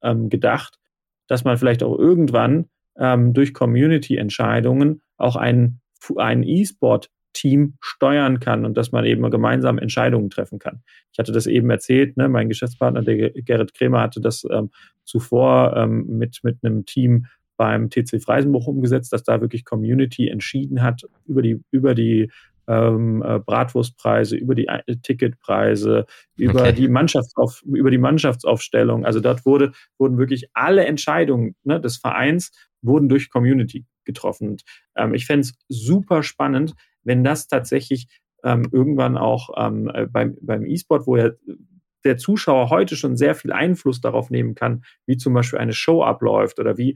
S2: gedacht, dass man vielleicht auch irgendwann durch Community-Entscheidungen auch ein E-Sport-Team steuern kann und dass man eben gemeinsam Entscheidungen treffen kann. Ich hatte das eben erzählt, ne? Mein Geschäftspartner, der Gerrit Krämer, hatte das zuvor mit einem Team beim TC Freisenbruch umgesetzt, dass da wirklich Community entschieden hat über die Bratwurstpreise, über die Ticketpreise, über die Mannschaftsaufstellung. Also dort wurden wirklich alle Entscheidungen, ne, des Vereins wurden durch Community getroffen. Und, ich fände es super spannend, wenn das tatsächlich irgendwann auch beim E-Sport, wo ja der Zuschauer heute schon sehr viel Einfluss darauf nehmen kann, wie zum Beispiel eine Show abläuft oder wie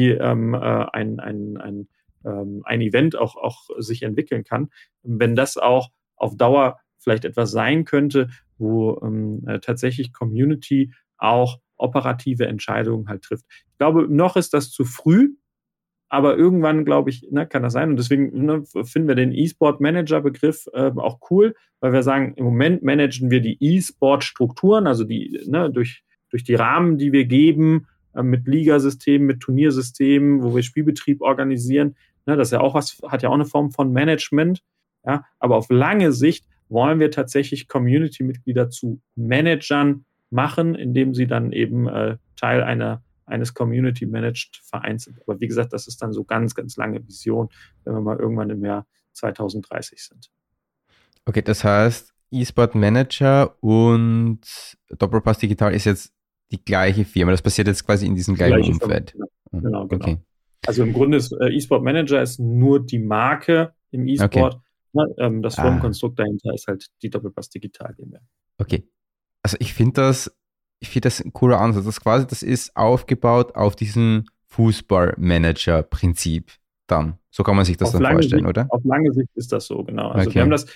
S2: ein Event auch sich entwickeln kann, wenn das auch auf Dauer vielleicht etwas sein könnte, wo tatsächlich Community auch operative Entscheidungen halt trifft. Ich glaube, noch ist das zu früh, aber irgendwann, glaube ich, kann das sein. Und deswegen finden wir den E-Sport-Manager-Begriff auch cool, weil wir sagen, im Moment managen wir die E-Sport-Strukturen, also durch die Rahmen, die wir geben, mit Ligasystemen, mit Turniersystemen, wo wir Spielbetrieb organisieren. Das ist ja auch hat ja auch eine Form von Management. Ja, aber auf lange Sicht wollen wir tatsächlich Community-Mitglieder zu Managern machen, indem sie dann eben Teil eines Community-Managed Vereins sind. Aber wie gesagt, das ist dann so ganz, ganz lange Vision, wenn wir mal irgendwann im Jahr 2030 sind.
S1: Okay, das heißt, E-Sport Manager und Doppelpass Digital ist jetzt die gleiche Firma. Das passiert jetzt quasi in diesem gleichen Umfeld.
S2: Genau.
S1: Okay.
S2: Also im Grunde ist E-Sport Manager ist nur die Marke im E-Sport. Okay. Das Firmenkonstrukt dahinter ist halt die Doppelpass Digital GmbH.
S1: Okay. Also ich finde das ein cooler Ansatz. Das ist aufgebaut auf diesem Fußballmanager-Prinzip dann. So kann man sich das dann vorstellen, oder?
S2: Auf lange Sicht ist das so, genau. Also wir haben das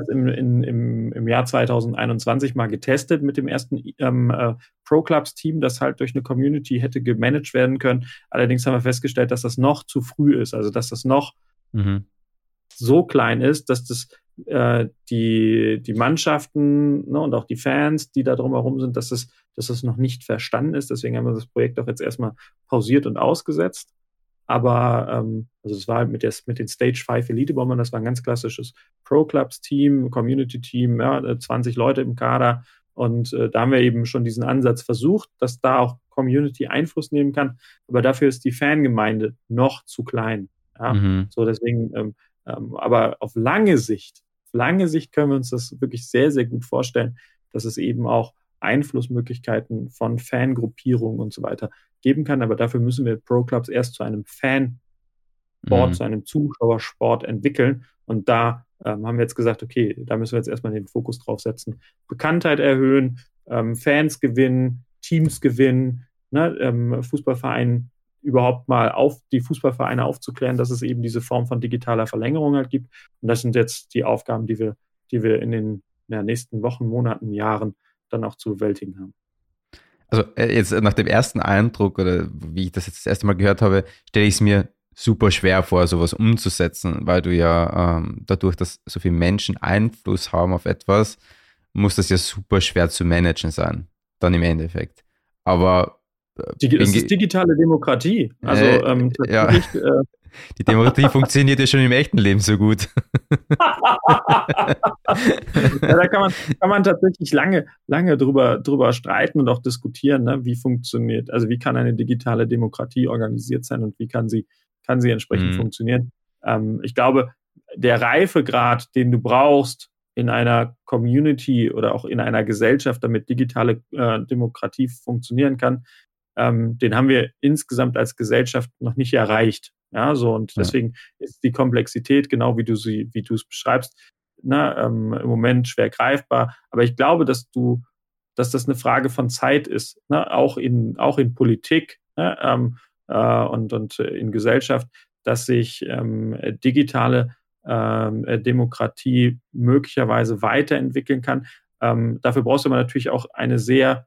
S2: im Jahr 2021 mal getestet mit dem ersten Pro-Clubs-Team, das halt durch eine Community hätte gemanagt werden können. Allerdings haben wir festgestellt, dass das noch zu früh ist, also dass das noch so klein ist, dass das die Mannschaften, ne, und auch die Fans, die da drumherum sind, dass es noch nicht verstanden ist. Deswegen haben wir das Projekt auch jetzt erstmal pausiert und ausgesetzt. Aber also es war halt mit den Stage 5 Elite-Bombern, das war ein ganz klassisches Pro-Clubs-Team, Community-Team, 20 Leute im Kader. Und da haben wir eben schon diesen Ansatz versucht, dass da auch Community Einfluss nehmen kann. Aber dafür ist die Fangemeinde noch zu klein. Ja? So deswegen, aber auf lange Sicht können wir uns das wirklich sehr, sehr gut vorstellen, dass es eben auch Einflussmöglichkeiten von Fangruppierungen und so weiter geben kann. Aber dafür müssen wir Pro-Clubs erst zu einem Fansport, zu einem Zuschauersport entwickeln. Und da haben wir jetzt gesagt, okay, da müssen wir jetzt erstmal den Fokus drauf setzen. Bekanntheit erhöhen, Fans gewinnen, Teams gewinnen, Fußballvereinen überhaupt mal die Fußballvereine aufzuklären, dass es eben diese Form von digitaler Verlängerung halt gibt. Und das sind jetzt die Aufgaben, die wir in den nächsten Wochen, Monaten, Jahren dann auch zu bewältigen haben.
S1: Also jetzt nach dem ersten Eindruck oder wie ich das jetzt das erste Mal gehört habe, stelle ich es mir super schwer vor, sowas umzusetzen, weil du ja dadurch, dass so viele Menschen Einfluss haben auf etwas, muss das ja super schwer zu managen sein, dann im Endeffekt. Aber
S2: das ist digitale Demokratie. Also
S1: ja. Die Demokratie funktioniert ja schon im echten Leben so gut.
S2: Ja, da kann man tatsächlich lange drüber streiten und auch diskutieren, ne? Wie kann eine digitale Demokratie organisiert sein und wie kann sie entsprechend funktionieren. Ich glaube, der Reifegrad, den du brauchst in einer Community oder auch in einer Gesellschaft, damit digitale Demokratie funktionieren kann, den haben wir insgesamt als Gesellschaft noch nicht erreicht. Ja, so, und deswegen ist die Komplexität, genau wie du es beschreibst, im Moment schwer greifbar. Aber ich glaube, dass das eine Frage von Zeit ist, auch in Politik, und in Gesellschaft, dass sich digitale Demokratie möglicherweise weiterentwickeln kann. Dafür brauchst du aber natürlich auch eine sehr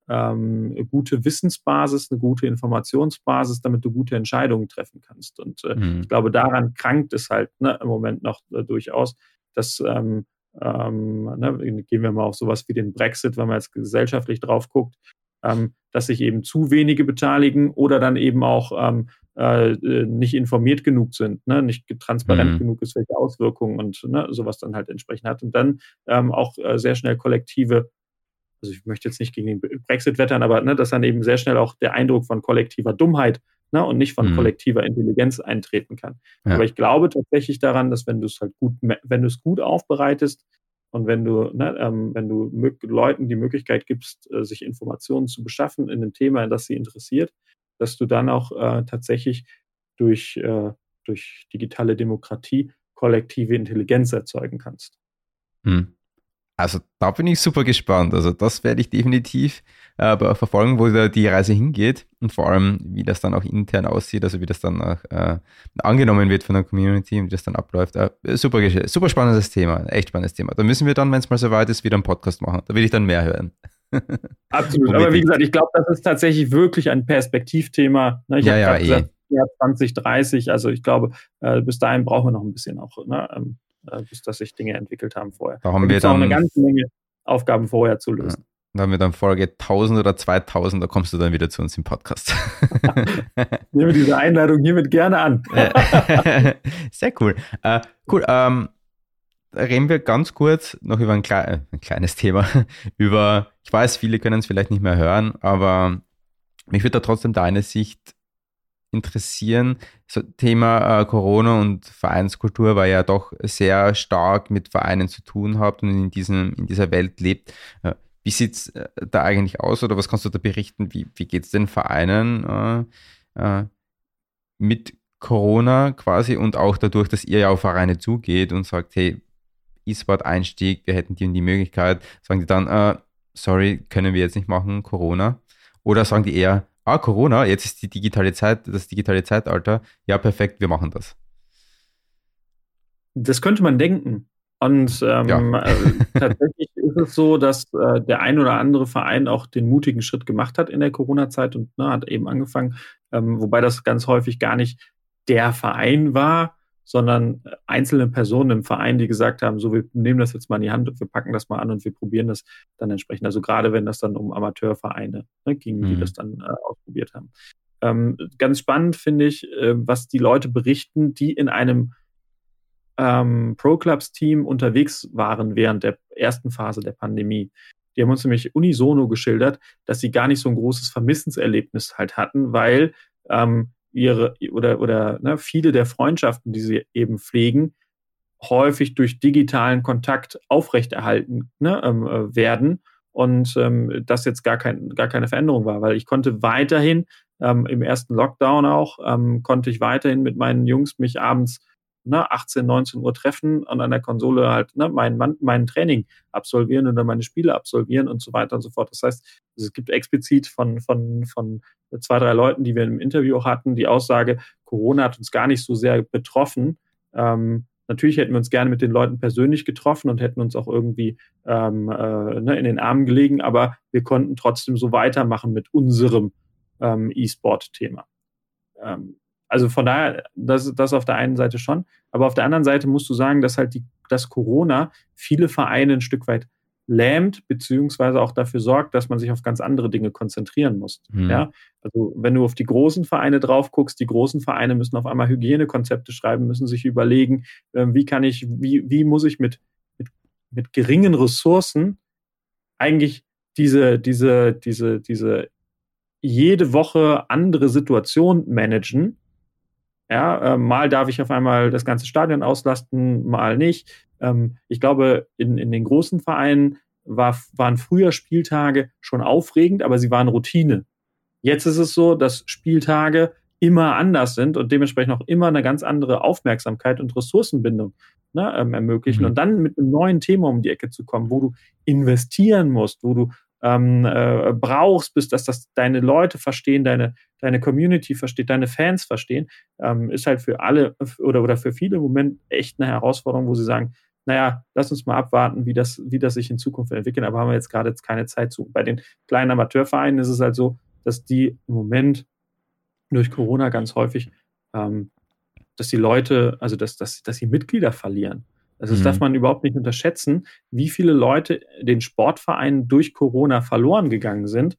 S2: gute Wissensbasis, eine gute Informationsbasis, damit du gute Entscheidungen treffen kannst. Und ich glaube, daran krankt es halt im Moment noch durchaus, dass gehen wir mal auf sowas wie den Brexit, wenn man jetzt gesellschaftlich drauf guckt, dass sich eben zu wenige beteiligen oder dann eben auch nicht informiert genug sind, ne? Nicht transparent genug ist, welche Auswirkungen und sowas dann halt entsprechend hat. Und dann auch sehr schnell kollektive, also ich möchte jetzt nicht gegen den Brexit wettern, aber dass dann eben sehr schnell auch der Eindruck von kollektiver Dummheit und nicht von kollektiver Intelligenz eintreten kann. Ja. Aber ich glaube tatsächlich daran, dass wenn du es gut aufbereitest und wenn du Leuten die Möglichkeit gibst, sich Informationen zu beschaffen in einem Thema, das sie interessiert, dass du dann auch tatsächlich durch digitale Demokratie kollektive Intelligenz erzeugen kannst.
S1: Also da bin ich super gespannt. Also das werde ich definitiv verfolgen, wo die Reise hingeht und vor allem, wie das dann auch intern aussieht, also wie das dann auch angenommen wird von der Community und wie das dann abläuft. Super spannendes Thema, echt spannendes Thema. Da müssen wir dann, wenn es mal soweit ist, wieder einen Podcast machen. Da will ich dann mehr hören.
S2: Absolut, aber wie gesagt, ich glaube, das ist tatsächlich wirklich ein Perspektivthema. Ich habe gerade gesagt, 2030, also ich glaube, bis dahin brauchen wir noch ein bisschen auch, bis dass sich Dinge entwickelt haben vorher.
S1: Da haben wir dann
S2: auch eine ganze Menge Aufgaben vorher zu lösen.
S1: Da haben wir dann Folge 1000 oder 2000, da kommst du dann wieder zu uns im Podcast.
S2: Nehme diese Einladung hiermit gerne an.
S1: Sehr cool. Reden wir ganz kurz noch über ein kleines Thema. Ich weiß, viele können es vielleicht nicht mehr hören, aber mich würde da trotzdem deine Sicht interessieren. So Thema Corona und Vereinskultur, weil ihr ja doch sehr stark mit Vereinen zu tun habt und in dieser Welt lebt. Wie sieht es da eigentlich aus oder was kannst du da berichten? Wie geht es den Vereinen mit Corona quasi und auch dadurch, dass ihr ja auf Vereine zugeht und sagt, hey, E-Sport-Einstieg, wir hätten die und die Möglichkeit, sagen die dann, sorry, können wir jetzt nicht machen, Corona? Oder sagen die eher, Corona, jetzt ist das digitale Zeitalter, ja perfekt, wir machen das.
S2: Das könnte man denken. Und tatsächlich ist es so, dass der ein oder andere Verein auch den mutigen Schritt gemacht hat in der Corona-Zeit und hat eben angefangen, wobei das ganz häufig gar nicht der Verein war, sondern einzelne Personen im Verein, die gesagt haben, so, wir nehmen das jetzt mal in die Hand und wir packen das mal an und wir probieren das dann entsprechend. Also gerade wenn das dann um Amateurvereine ging, die das dann ausprobiert haben. Ganz spannend finde ich, was die Leute berichten, die in einem Pro-Clubs-Team unterwegs waren während der ersten Phase der Pandemie. Die haben uns nämlich unisono geschildert, dass sie gar nicht so ein großes Vermissenserlebnis halt hatten, weil viele der Freundschaften, die sie eben pflegen, häufig durch digitalen Kontakt aufrechterhalten werden und das jetzt gar keine Veränderung war, weil ich konnte weiterhin im ersten Lockdown auch, mit meinen Jungs mich abends 18, 19 Uhr treffen und an der Konsole halt mein Training absolvieren oder meine Spiele absolvieren und so weiter und so fort. Das heißt, es gibt explizit von 2, 3 Leuten, die wir im Interview auch hatten, die Aussage, Corona hat uns gar nicht so sehr betroffen. Natürlich hätten wir uns gerne mit den Leuten persönlich getroffen und hätten uns auch irgendwie in den Armen gelegen, aber wir konnten trotzdem so weitermachen mit unserem E-Sport-Thema. Also von daher, das auf der einen Seite schon. Aber auf der anderen Seite musst du sagen, dass halt dass Corona viele Vereine ein Stück weit lähmt, beziehungsweise auch dafür sorgt, dass man sich auf ganz andere Dinge konzentrieren muss. Ja? Also wenn du auf die großen Vereine drauf guckst, die großen Vereine müssen auf einmal Hygienekonzepte schreiben, müssen sich überlegen, wie muss ich mit geringen Ressourcen eigentlich diese jede Woche andere Situation managen. Ja, mal darf ich auf einmal das ganze Stadion auslasten, mal nicht. Ich glaube, in den großen Vereinen waren früher Spieltage schon aufregend, aber sie waren Routine. Jetzt ist es so, dass Spieltage immer anders sind und dementsprechend auch immer eine ganz andere Aufmerksamkeit und Ressourcenbindung ermöglichen. Und dann mit einem neuen Thema um die Ecke zu kommen, wo du investieren musst, wo du brauchst, bis dass das deine Leute verstehen, deine Community versteht, deine Fans verstehen, ist halt für alle oder für viele im Moment echt eine Herausforderung, wo sie sagen, naja, lass uns mal abwarten, wie das sich in Zukunft entwickelt, aber haben wir jetzt gerade keine Zeit zu. Bei den kleinen Amateurvereinen ist es halt so, dass die im Moment durch Corona ganz häufig, dass die Leute, also dass sie Mitglieder verlieren. Also das darf man überhaupt nicht unterschätzen, wie viele Leute den Sportvereinen durch Corona verloren gegangen sind,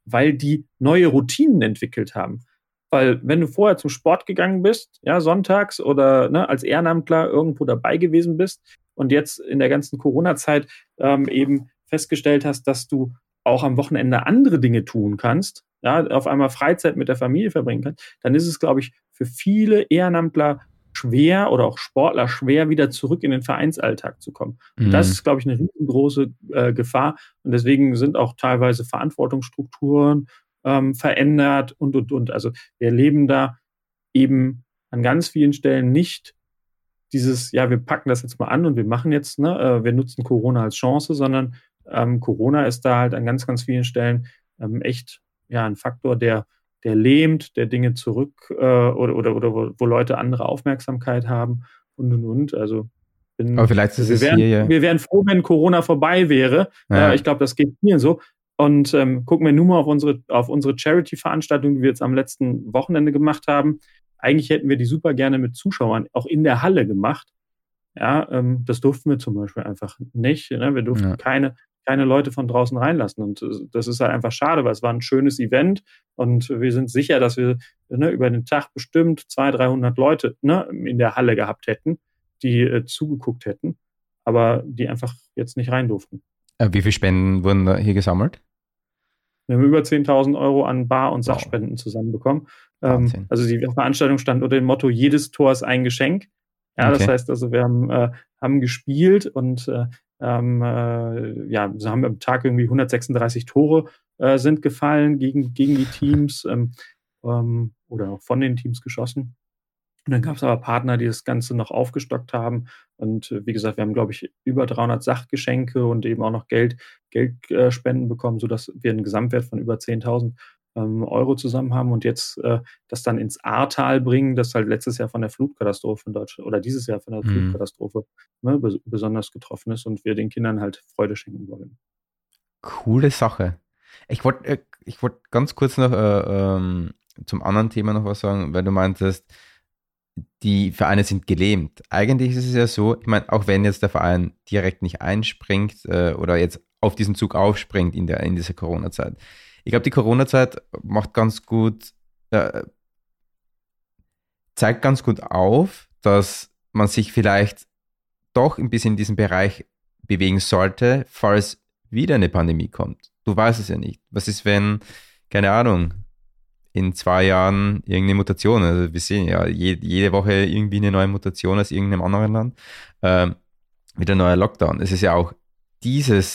S2: weil die neue Routinen entwickelt haben. Weil wenn du vorher zum Sport gegangen bist, ja, sonntags oder als Ehrenamtler irgendwo dabei gewesen bist und jetzt in der ganzen Corona-Zeit eben festgestellt hast, dass du auch am Wochenende andere Dinge tun kannst, ja, auf einmal Freizeit mit der Familie verbringen kannst, dann ist es, glaube ich, für viele Ehrenamtler schwer oder auch Sportler schwer, wieder zurück in den Vereinsalltag zu kommen. Und das ist, glaube ich, eine riesengroße Gefahr. Und deswegen sind auch teilweise Verantwortungsstrukturen verändert und. Also wir erleben da eben an ganz vielen Stellen nicht dieses, ja, wir packen das jetzt mal an und wir machen jetzt, wir nutzen Corona als Chance, sondern Corona ist da halt an ganz, ganz vielen Stellen echt ja ein Faktor, der lähmt, der Dinge zurück oder wo Leute andere Aufmerksamkeit haben und. Also
S1: Aber vielleicht ist es
S2: wir wären froh, wenn Corona vorbei wäre.
S1: Ja.
S2: Ich glaube, das geht vielen so. Und gucken wir nur mal auf unsere Charity-Veranstaltung, die wir jetzt am letzten Wochenende gemacht haben. Eigentlich hätten wir die super gerne mit Zuschauern auch in der Halle gemacht. Ja, das durften wir zum Beispiel einfach nicht. Ne? Wir durften keine Leute von draußen reinlassen. Und das ist halt einfach schade, weil es war ein schönes Event. Und wir sind sicher, dass wir über den Tag bestimmt 200, 300 Leute in der Halle gehabt hätten, die zugeguckt hätten, aber die einfach jetzt nicht rein durften.
S1: Wie viele Spenden wurden da hier gesammelt?
S2: Wir haben über 10.000 Euro an Bar- und Sachspenden zusammenbekommen. Also die Veranstaltung stand unter dem Motto, jedes Tor ist ein Geschenk. Ja, Das heißt also, wir haben gespielt und haben am Tag irgendwie 136 Tore sind gefallen gegen die Teams oder auch von den Teams geschossen. Und dann gab es aber Partner, die das Ganze noch aufgestockt haben. Und wie gesagt, wir haben, glaube ich, über 300 Sachgeschenke und eben auch noch Geldspenden bekommen, sodass wir einen Gesamtwert von über 10.000 Euro zusammen haben und jetzt das dann ins Ahrtal bringen, das halt letztes Jahr von der Flutkatastrophe in Deutschland oder dieses Jahr von der Flutkatastrophe besonders getroffen ist und wir den Kindern halt Freude schenken wollen.
S1: Coole Sache. Ich wollte ganz kurz noch zum anderen Thema noch was sagen, weil du meintest, die Vereine sind gelähmt. Eigentlich ist es ja so, ich meine, auch wenn jetzt der Verein direkt nicht einspringt oder jetzt auf diesen Zug aufspringt in dieser Corona-Zeit. Ich glaube, die Corona-Zeit macht ganz gut, zeigt ganz gut auf, dass man sich vielleicht doch ein bisschen in diesem Bereich bewegen sollte, falls wieder eine Pandemie kommt. Du weißt es ja nicht. Was ist, wenn, keine Ahnung, in 2 Jahren irgendeine Mutation, also wir sehen ja jede Woche irgendwie eine neue Mutation aus irgendeinem anderen Land, wieder ein neuer Lockdown. Es ist ja auch dieses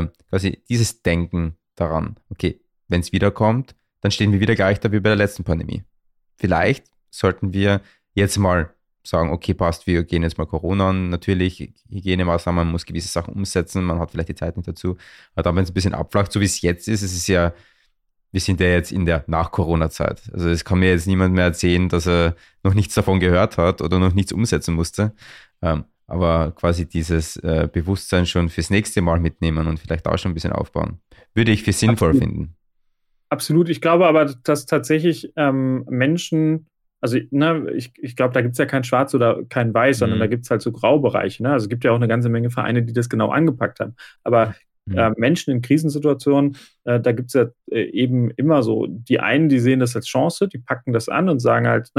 S1: Denken daran, okay, wenn es wiederkommt, dann stehen wir wieder gleich da wie bei der letzten Pandemie. Vielleicht sollten wir jetzt mal sagen, okay, passt, wir gehen jetzt mal Corona an. Natürlich, Hygienemaßnahmen, man muss gewisse Sachen umsetzen, man hat vielleicht die Zeit nicht dazu. Aber dann, wenn es ein bisschen abflacht, so wie es jetzt ist, es ist ja, wir sind ja jetzt in der Nach-Corona-Zeit. Also es kann mir jetzt niemand mehr erzählen, dass er noch nichts davon gehört hat oder noch nichts umsetzen musste. Aber quasi dieses Bewusstsein schon fürs nächste Mal mitnehmen und vielleicht auch schon ein bisschen aufbauen, würde ich für sinnvoll finden.
S2: Absolut. Ich glaube aber, dass tatsächlich Menschen, also ich glaube, da gibt es ja kein Schwarz oder kein Weiß, sondern da gibt es halt so Graubereiche. Also es gibt ja auch eine ganze Menge Vereine, die das genau angepackt haben. Aber Menschen in Krisensituationen, da gibt es ja eben immer so, die einen, die sehen das als Chance, die packen das an und sagen halt,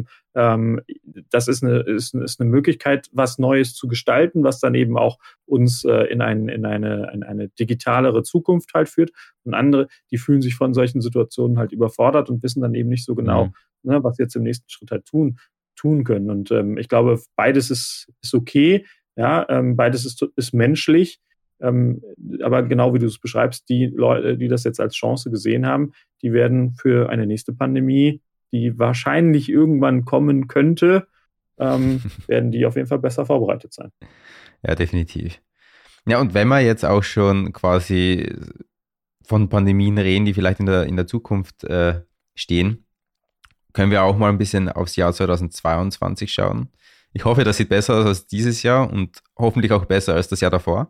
S2: das ist eine Möglichkeit, was Neues zu gestalten, was dann eben auch uns in eine digitalere Zukunft halt führt. Und andere, die fühlen sich von solchen Situationen halt überfordert und wissen dann eben nicht so genau, was sie jetzt im nächsten Schritt halt tun können. Und ich glaube, beides ist okay, beides ist menschlich. Aber genau wie du es beschreibst, die Leute, die das jetzt als Chance gesehen haben, die werden für eine nächste Pandemie, die wahrscheinlich irgendwann kommen könnte, werden die auf jeden Fall besser vorbereitet sein.
S1: Ja, definitiv. Ja, und wenn wir jetzt auch schon quasi von Pandemien reden, die vielleicht in der Zukunft stehen, können wir auch mal ein bisschen aufs Jahr 2022 schauen. Ich hoffe, das sieht besser aus als dieses Jahr und hoffentlich auch besser als das Jahr davor.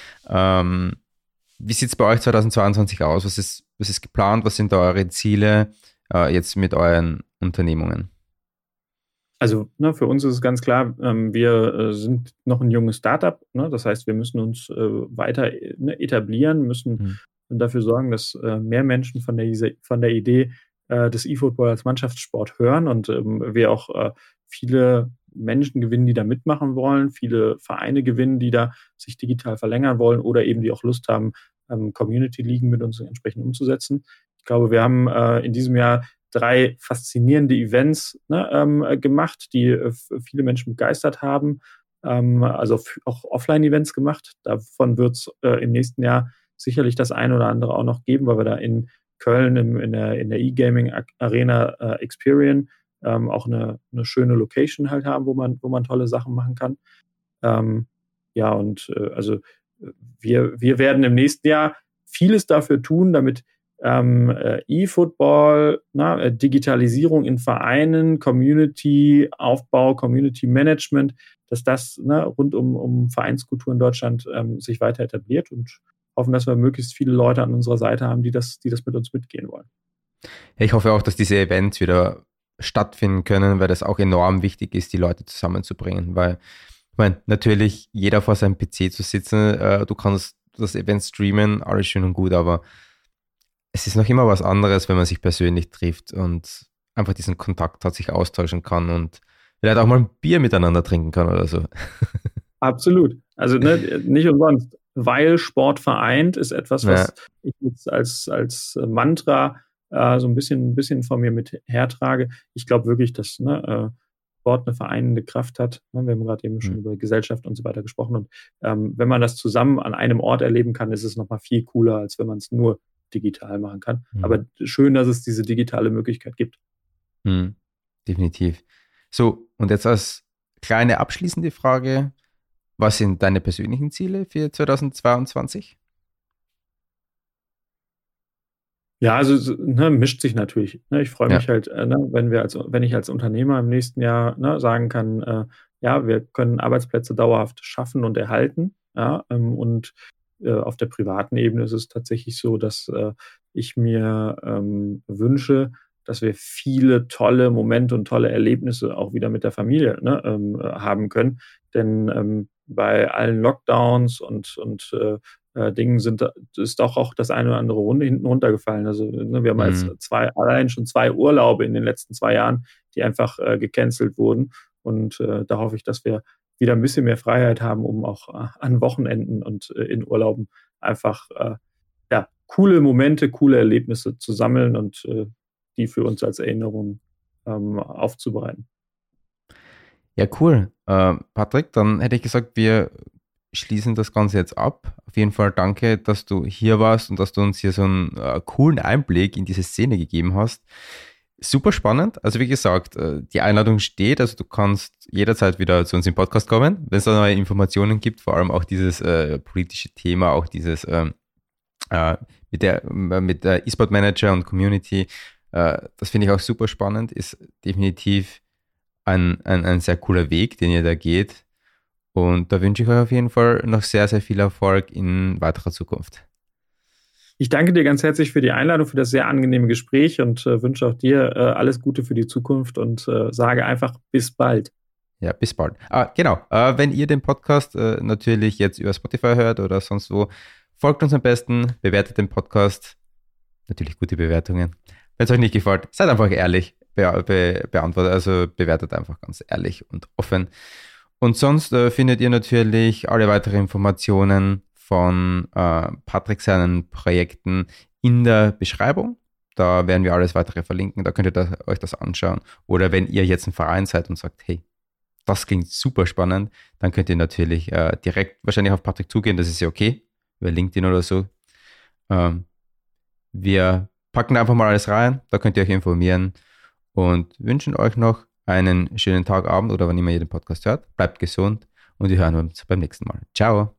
S1: Wie sieht es bei euch 2022 aus? Was ist geplant? Was sind da eure Ziele jetzt mit euren Unternehmungen?
S2: Also für uns ist es ganz klar, wir sind noch ein junges Startup. Das heißt, wir müssen uns weiter etablieren, müssen und dafür sorgen, dass mehr Menschen von der Idee des E-Football als Mannschaftssport hören und wir auch viele Menschen gewinnen, die da mitmachen wollen, viele Vereine gewinnen, die da sich digital verlängern wollen oder eben die auch Lust haben, Community-Ligen mit uns entsprechend umzusetzen. Ich glaube, wir haben in diesem Jahr 3 faszinierende Events gemacht, die viele Menschen begeistert haben. Also auch Offline-Events gemacht. Davon wird es im nächsten Jahr sicherlich das eine oder andere auch noch geben, weil wir da in Köln in der E-Gaming-Arena Experian auch eine schöne Location halt haben, wo man tolle Sachen machen kann. Also wir werden im nächsten Jahr vieles dafür tun, damit E-Football, Digitalisierung in Vereinen, Community-Aufbau, Community-Management, dass das rund um Vereinskultur in Deutschland sich weiter etabliert und hoffen, dass wir möglichst viele Leute an unserer Seite haben, die das mit uns mitgehen wollen.
S1: Ja, ich hoffe auch, dass diese Events wieder stattfinden können, weil das auch enorm wichtig ist, die Leute zusammenzubringen, weil ich meine, natürlich jeder vor seinem PC zu sitzen, du kannst das Event streamen, alles schön und gut, aber es ist noch immer was anderes, wenn man sich persönlich trifft und einfach diesen Kontakt hat, sich austauschen kann und vielleicht auch mal ein Bier miteinander trinken kann oder so.
S2: Absolut. Also nicht umsonst, weil Sport vereint ist etwas, was ich jetzt als Mantra so ein bisschen von mir mit hertrage. Ich glaube wirklich, dass Sport eine vereinende Kraft hat. Wir haben gerade eben schon über Gesellschaft und so weiter gesprochen. Und wenn man das zusammen an einem Ort erleben kann, ist es nochmal viel cooler, als wenn man es nur digital machen kann. Aber schön, dass es diese digitale Möglichkeit gibt.
S1: Definitiv. So, und jetzt als kleine abschließende Frage, was sind deine persönlichen Ziele für 2022?
S2: Ja, also mischt sich natürlich. Ich freue mich halt, wenn ich als Unternehmer im nächsten Jahr sagen kann, wir können Arbeitsplätze dauerhaft schaffen und erhalten. Und auf der privaten Ebene ist es tatsächlich so, dass ich mir wünsche, dass wir viele tolle Momente und tolle Erlebnisse auch wieder mit der Familie haben können. Denn bei allen Lockdowns und Dingen ist auch das eine oder andere Runde hinten runtergefallen. Also wir haben jetzt allein schon 2 Urlaube in den letzten 2 Jahren, die einfach gecancelt wurden. Und da hoffe ich, dass wir wieder ein bisschen mehr Freiheit haben, um auch an Wochenenden und in Urlauben einfach coole Momente, coole Erlebnisse zu sammeln und die für uns als Erinnerung aufzubereiten.
S1: Ja, cool. Patrick, dann hätte ich gesagt, wir schließen das Ganze jetzt ab. Auf jeden Fall danke, dass du hier warst und dass du uns hier so einen coolen Einblick in diese Szene gegeben hast. Super spannend. Also wie gesagt, die Einladung steht, also du kannst jederzeit wieder zu uns im Podcast kommen, wenn es da neue Informationen gibt, vor allem auch dieses politische Thema, auch dieses mit der E-Sport Manager und Community. Das finde ich auch super spannend, ist definitiv ein sehr cooler Weg, den ihr da geht. Und da wünsche ich euch auf jeden Fall noch sehr, sehr viel Erfolg in weiterer Zukunft.
S2: Ich danke dir ganz herzlich für die Einladung, für das sehr angenehme Gespräch und wünsche auch dir alles Gute für die Zukunft und sage einfach bis bald.
S1: Ja, bis bald. Genau, wenn ihr den Podcast natürlich jetzt über Spotify hört oder sonst wo, folgt uns am besten, bewertet den Podcast. Natürlich gute Bewertungen. Wenn es euch nicht gefällt, seid einfach ehrlich, beantwortet, also bewertet einfach ganz ehrlich und offen. Und sonst findet ihr natürlich alle weiteren Informationen von Patrick seinen Projekten in der Beschreibung. Da werden wir alles weitere verlinken, da könnt ihr euch das anschauen. Oder wenn ihr jetzt ein Verein seid und sagt, hey, das klingt super spannend, dann könnt ihr natürlich direkt wahrscheinlich auf Patrick zugehen, das ist ja okay, über LinkedIn oder so. Wir packen einfach mal alles rein, da könnt ihr euch informieren und wünschen euch noch einen schönen Tag, Abend oder wann immer ihr den Podcast hört. Bleibt gesund und wir hören uns beim nächsten Mal. Ciao!